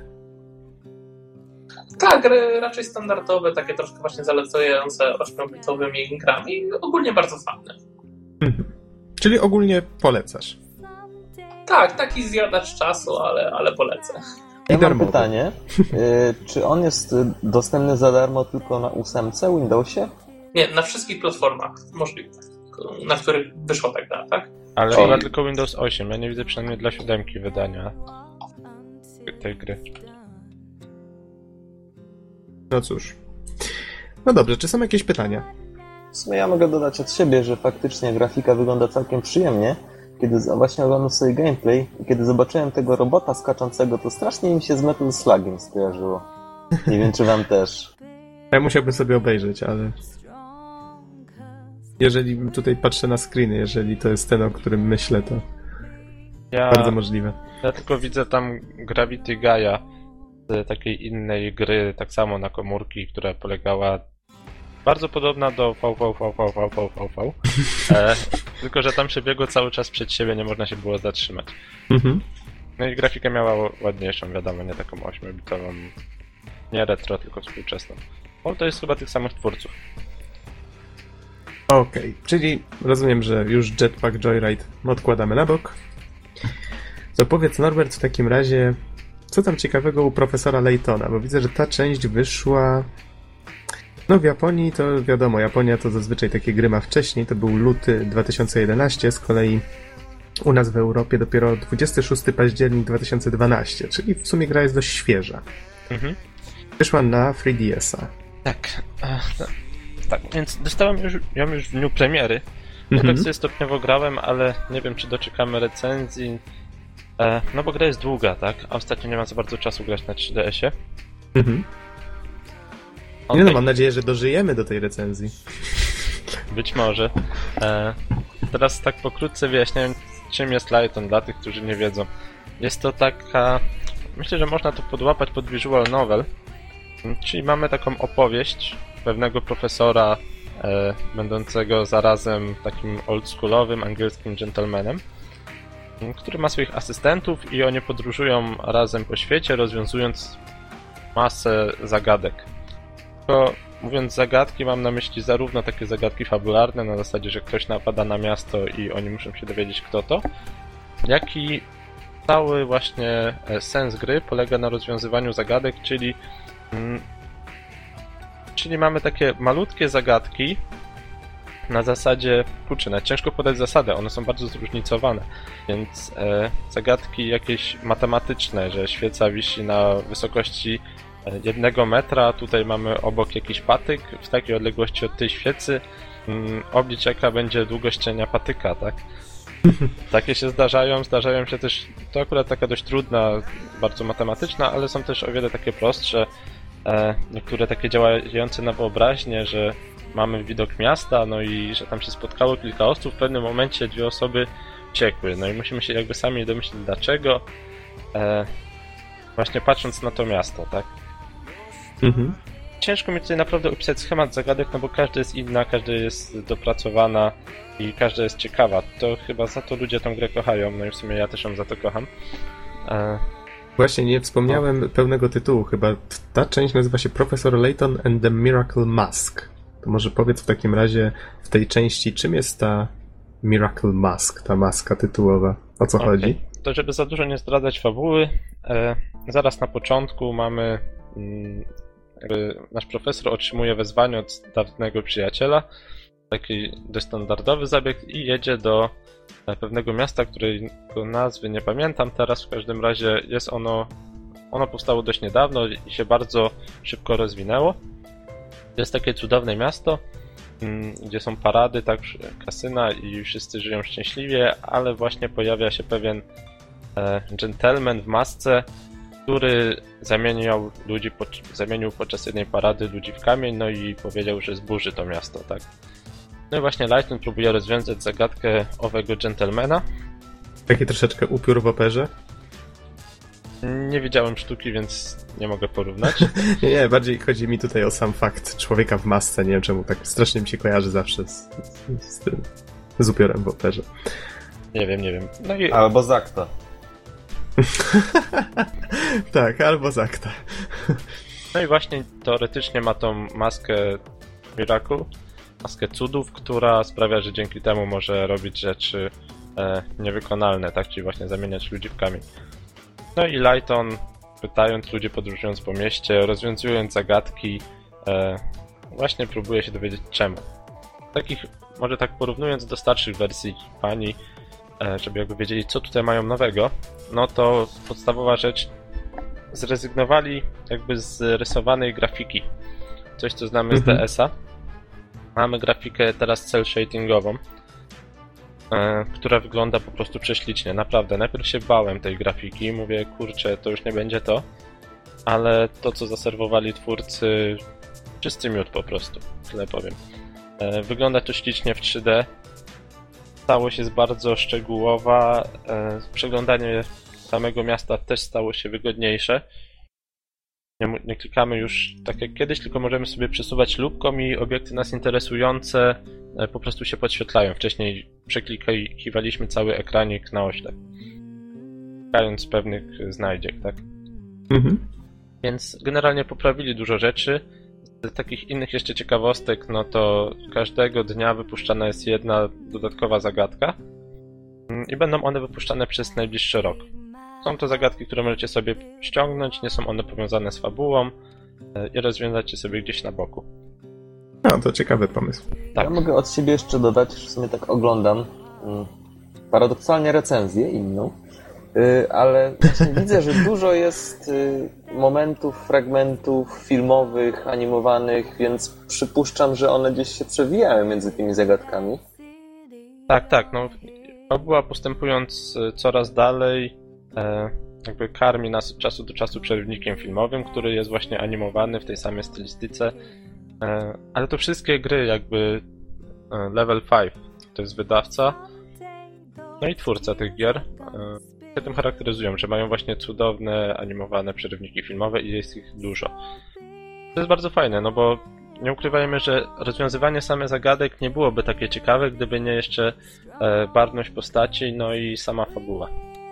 Tak, gry raczej standardowe, takie troszkę właśnie zalecające ośmiobitowymi grami. Ogólnie bardzo fajne. Mhm. Czyli ogólnie polecasz? Tak, taki zjadacz czasu, ale, ale polecę. Ja mam pytanie, czy on jest dostępny za darmo tylko na ósemce, Windowsie? Nie, na wszystkich platformach możliwych, na których wyszła tak gra, tak? Ale Czyli... chyba tylko Windows osiem, ja nie widzę przynajmniej dla siódemki wydania tej gry. No cóż. No dobrze, czy są jakieś pytania? W sumie ja mogę dodać od siebie, że faktycznie grafika wygląda całkiem przyjemnie. Kiedy właśnie oglądam sobie gameplay i kiedy zobaczyłem tego robota skaczącego, to strasznie mi się z Metal Slugiem skojarzyło. Nie wiem, czy wam też. Ja musiałbym sobie obejrzeć, ale... Jeżeli tutaj patrzę na screeny, jeżeli to jest ten, o którym myślę, to ja... bardzo możliwe. Ja tylko widzę tam Gravity Gaia z takiej innej gry, tak samo na komórki, która polegała bardzo podobna do V V V V V V V V. E, tylko, że tam się biegło cały czas przed siebie, nie można się było zatrzymać. Mhm. No i grafikę miała ładniejszą, wiadomo, nie taką ośmiobitową, nie retro, tylko współczesną. Bo to jest chyba tych samych twórców. Okej, okay. Czyli rozumiem, że już Jetpack Joyride odkładamy na bok. To powiedz, Norbert, w takim razie, co tam ciekawego u profesora Laytona, bo widzę, że ta część wyszła... No w Japonii to wiadomo, Japonia to zazwyczaj takie gry ma wcześniej, to był luty dwa tysiące jedenasty, z kolei u nas w Europie dopiero dwudziestego szóstego października dwa tysiące dwunastego, czyli w sumie gra jest dość świeża. Mhm. Wyszła na trzy D S a. Tak, Ach, tak, tak, więc dostałem już, ją już w dniu premiery. Ja mhm. tak sobie stopniowo grałem, ale nie wiem, czy doczekamy recenzji. E, no bo gra jest długa, tak? A ostatnio nie ma za bardzo czasu grać na trzy D S ie. Mhm. Nie no, mam nadzieję, że dożyjemy do tej recenzji. Być może. E, teraz tak pokrótce wyjaśniałem, czym jest Layton dla tych, którzy nie wiedzą. Jest to taka... Myślę, że można to podłapać pod visual novel. Czyli mamy taką opowieść pewnego profesora e, będącego zarazem takim oldschoolowym angielskim gentlemanem, który ma swoich asystentów i oni podróżują razem po świecie, rozwiązując masę zagadek. Tylko mówiąc zagadki, mam na myśli zarówno takie zagadki fabularne, na zasadzie, że ktoś napada na miasto i oni muszą się dowiedzieć, kto to, jak i cały właśnie sens gry polega na rozwiązywaniu zagadek, czyli mm, czyli mamy takie malutkie zagadki na zasadzie, kurczę, nawet ciężko podać zasady, one są bardzo zróżnicowane, więc e, zagadki jakieś matematyczne, że świeca wisi na wysokości jednego metra, tutaj mamy obok jakiś patyk w takiej odległości od tej świecy, mm, oblicz jaka będzie długość cienia patyka, tak? Takie się zdarzają, zdarzają się też, to akurat taka dość trudna, bardzo matematyczna, ale są też o wiele takie prostsze, e, niektóre takie działające na wyobraźnię, że mamy widok miasta, no i że tam się spotkało kilka osób, w pewnym momencie dwie osoby uciekły, no i musimy się jakby sami domyślić dlaczego, e, właśnie patrząc na to miasto, tak? Mhm. Ciężko mi tutaj naprawdę opisać schemat zagadek, no bo każda jest inna, każda jest dopracowana i każda jest ciekawa. To chyba za to ludzie tą grę kochają, no i w sumie ja też ją za to kocham. E... Właśnie nie wspomniałem no. pełnego tytułu, chyba ta część nazywa się Professor Layton and the Miracle Mask. To może powiedz w takim razie w tej części, czym jest ta Miracle Mask, ta maska tytułowa, o co okay. chodzi? To żeby za dużo nie zdradzać fabuły, e, zaraz na początku mamy mm, jakby nasz profesor otrzymuje wezwanie od dawnego przyjaciela, taki dość standardowy zabieg i jedzie do pewnego miasta, której nazwy nie pamiętam teraz, w każdym razie jest ono, ono powstało dość niedawno i się bardzo szybko rozwinęło. Jest takie cudowne miasto, gdzie są parady, tak, kasyna i wszyscy żyją szczęśliwie, ale właśnie pojawia się pewien gentleman w masce, który zamieniał ludzi, po, zamienił podczas jednej parady ludzi w kamień, no i powiedział, że zburzy to miasto, tak? No i właśnie Lighton próbuje rozwiązać zagadkę owego dżentelmena. Taki troszeczkę upiór w operze? Nie widziałem sztuki, więc nie mogę porównać. nie, nie, bardziej chodzi mi tutaj o sam fakt człowieka w masce, nie wiem czemu tak strasznie mi się kojarzy zawsze z, z, z tym, z upiorem w operze. Nie wiem, nie wiem. No i... Albo z akta. tak, albo z akta. No i właśnie teoretycznie ma tą maskę Miracle, maskę cudów, która sprawia, że dzięki temu może robić rzeczy e, niewykonalne, tak? Czyli właśnie zamieniać ludzi w kamień. No i Lighton, pytając ludzi, podróżując po mieście, rozwiązując zagadki, e, właśnie próbuje się dowiedzieć czemu. Takich, może tak porównując do starszych wersji pani, e, żeby jakby wiedzieli, co tutaj mają nowego, no to podstawowa rzecz, zrezygnowali jakby z rysowanej grafiki. Coś, co znamy mhm. z D S a. Mamy grafikę teraz cel shadingową, e, która wygląda po prostu prześlicznie. Naprawdę, najpierw się bałem tej grafiki, mówię, kurczę, to już nie będzie to, ale to, co zaserwowali twórcy, czysty miód po prostu, tyle powiem. E, wygląda to ślicznie w trzy D, całość jest bardzo szczegółowa, e, przeglądanie samego miasta też stało się wygodniejsze. Nie, nie klikamy już tak jak kiedyś, tylko możemy sobie przesuwać lupką i obiekty nas interesujące e, po prostu się podświetlają. Wcześniej przeklikiwaliśmy cały ekranik na oślep, szukając pewnych znajdziek, tak? Mhm. Więc generalnie poprawili dużo rzeczy. Z takich innych jeszcze ciekawostek, no to każdego dnia wypuszczana jest jedna dodatkowa zagadka i będą one wypuszczane przez najbliższy rok. Są to zagadki, które możecie sobie ściągnąć, nie są one powiązane z fabułą i rozwiązać je sobie gdzieś na boku. No, to ciekawy pomysł. Tak. Ja mogę od siebie jeszcze dodać, że w sumie tak oglądam paradoksalnie recenzję inną, ale właśnie widzę, że dużo jest momentów, fragmentów filmowych, animowanych, więc przypuszczam, że one gdzieś się przewijają między tymi zagadkami. Tak, tak, no fabuła postępując coraz dalej jakby karmi nas od czasu do czasu przerywnikiem filmowym, który jest właśnie animowany w tej samej stylistyce, ale to wszystkie gry jakby Level pięć to jest wydawca, no i twórca tych gier się tym charakteryzują, że mają właśnie cudowne animowane przerywniki filmowe i jest ich dużo. To jest bardzo fajne, no bo nie ukrywajmy, że rozwiązywanie samych zagadek nie byłoby takie ciekawe, gdyby nie jeszcze barwność postaci, no i sama fabuła.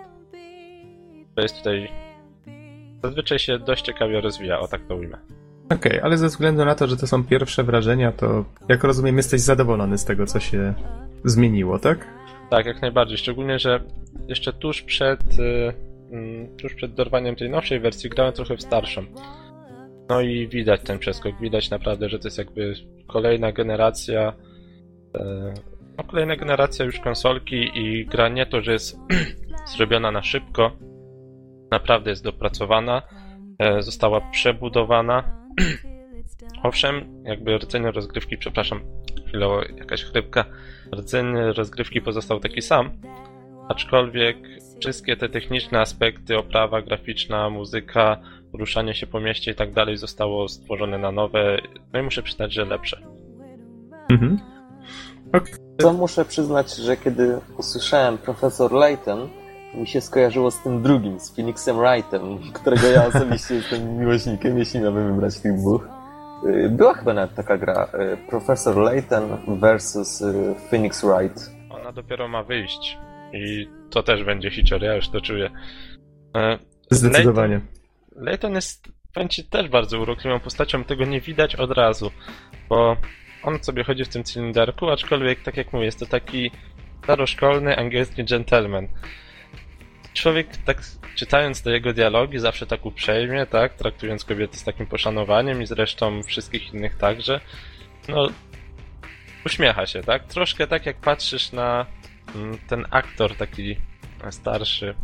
To jest tutaj... Zazwyczaj się dość ciekawie rozwija, o tak to ujmę. Okej, okay, ale ze względu na to, że to są pierwsze wrażenia, to jak rozumiem, jesteś zadowolony z tego, co się zmieniło, tak? Tak, jak najbardziej. Szczególnie, że jeszcze tuż przed yy, tuż przed dorwaniem tej nowszej wersji grałem trochę w starszą. No i widać ten przeskok. Widać naprawdę, że to jest jakby kolejna generacja yy, no kolejna generacja już konsolki i gra nie to, że jest zrobiona na szybko, naprawdę jest dopracowana, yy, została przebudowana. Owszem, jakby rdzeń rozgrywki, przepraszam, chwilowo jakaś chrypka, rdzeń rozgrywki pozostał taki sam, aczkolwiek wszystkie te techniczne aspekty, oprawa graficzna, muzyka, poruszanie się po mieście i tak dalej zostało stworzone na nowe, no i muszę przyznać, że lepsze. Mhm. Okay. To muszę przyznać, że kiedy usłyszałem Profesor Layton, mi się skojarzyło z tym drugim, z Phoenixem Wrightem, którego ja osobiście jestem miłośnikiem, jeśli miałbym wybrać tych dwóch. Była chyba nawet taka gra, Profesor Layton versus Phoenix Wright. Ona dopiero ma wyjść i to też będzie hicior, ja już to czuję. Zdecydowanie. Layton, Layton jest, powiem ci, też bardzo urokliwą postacią, tego nie widać od razu, bo on sobie chodzi w tym cylinderku, aczkolwiek, tak jak mówię, jest to taki staroszkolny angielski gentleman. Człowiek tak czytając te jego dialogi zawsze tak uprzejmie, tak, traktując kobiety z takim poszanowaniem i zresztą wszystkich innych także, no uśmiecha się, tak? Troszkę tak jak patrzysz na ten aktor taki starszy.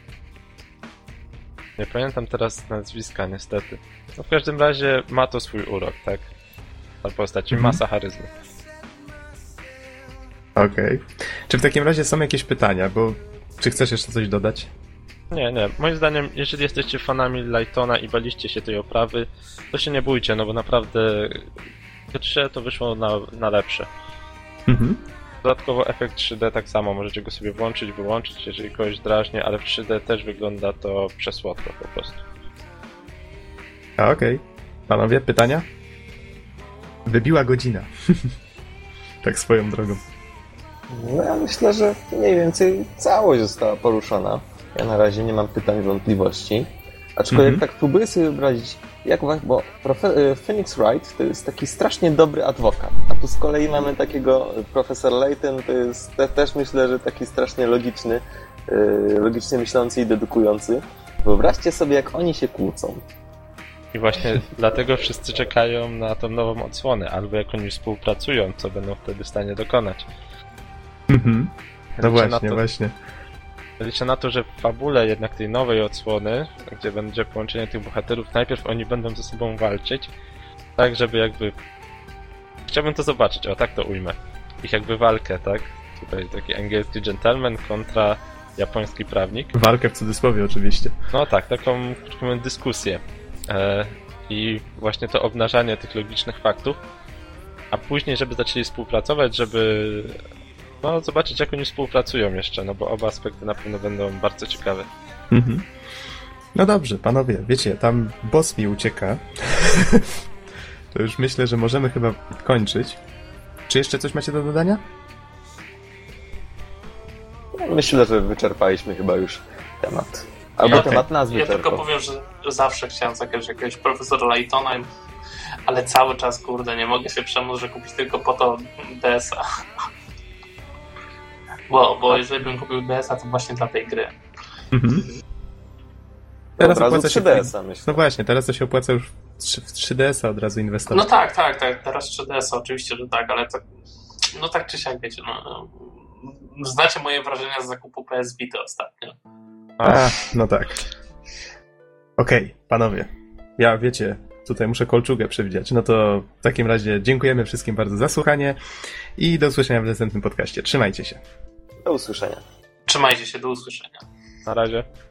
Nie pamiętam teraz nazwiska niestety. No w każdym razie ma to swój urok, tak? Ta postać, mhm. Masa charyzmy. Okej. Okay. Czy w takim razie są jakieś pytania, bo czy chcesz jeszcze coś dodać? Nie, nie. Moim zdaniem, jeżeli jesteście fanami Lightona i baliście się tej oprawy, to się nie bójcie, no bo naprawdę G trzy to wyszło na, na lepsze. Mhm. Dodatkowo efekt trzy D tak samo, możecie go sobie włączyć, wyłączyć, jeżeli kogoś drażni, ale w trzy D też wygląda to przesłodko po prostu. A, okej. Okay. Panowie, pytania? Wybiła godzina. Tak swoją drogą. No ja myślę, że mniej więcej całość została poruszona. Ja na razie nie mam pytań, wątpliwości. Aczkolwiek mm-hmm. tak próbuję sobie wyobrazić, jak właśnie, bo profe- Phoenix Wright to jest taki strasznie dobry adwokat, a tu z kolei mamy takiego profesor Layton, to jest te, też myślę, że taki strasznie logiczny, yy, logicznie myślący i dedukujący. Wyobraźcie sobie, jak oni się kłócą. I właśnie dlatego wszyscy czekają na tą nową odsłonę, albo jak oni współpracują, co będą wtedy w stanie dokonać. Mhm. No właśnie, to, właśnie. Liczę na to, że w fabule jednak tej nowej odsłony, gdzie będzie połączenie tych bohaterów, najpierw oni będą ze sobą walczyć, tak żeby jakby... Chciałbym to zobaczyć, o tak to ujmę. Ich jakby walkę, tak? Tutaj taki angielski gentleman kontra japoński prawnik. Walkę w cudzysłowie oczywiście. No tak, taką krótką dyskusję. E, I właśnie to obnażanie tych logicznych faktów, a później, żeby zaczęli współpracować, żeby no zobaczyć, jak oni współpracują jeszcze, no bo oba aspekty na pewno będą bardzo ciekawe. Mhm. No dobrze, panowie, wiecie, tam boss mi ucieka. To już myślę, że możemy chyba kończyć. Czy jeszcze coś macie do dodania? Myślę, że wyczerpaliśmy chyba już temat. Albo ja temat te, nazwy. Ja tylko. tylko powiem, że zawsze chciałem zagrać jakiegoś profesora Laytona, ale cały czas, kurde, nie mogę się przemóc, że kupić tylko po to D S a. Bo, bo jeżeli bym kupił D S a, to właśnie dla tej gry. Mhm. Teraz od razu opłaca się trzy D S a, myślę. No właśnie, teraz to się opłaca już w trzy D S a od razu inwestować. No tak, tak, tak. Teraz trzy D S a oczywiście, że tak, ale tak, no tak czy siak, wiecie, no, znacie moje wrażenia z zakupu P S Vita ostatnio. A, no tak. Okej, okay, panowie. Ja, wiecie, tutaj muszę kolczugę przewidzieć. No to w takim razie dziękujemy wszystkim bardzo za słuchanie i do usłyszenia w następnym podcaście. Trzymajcie się. Do usłyszenia. Trzymajcie się, do usłyszenia. Na razie.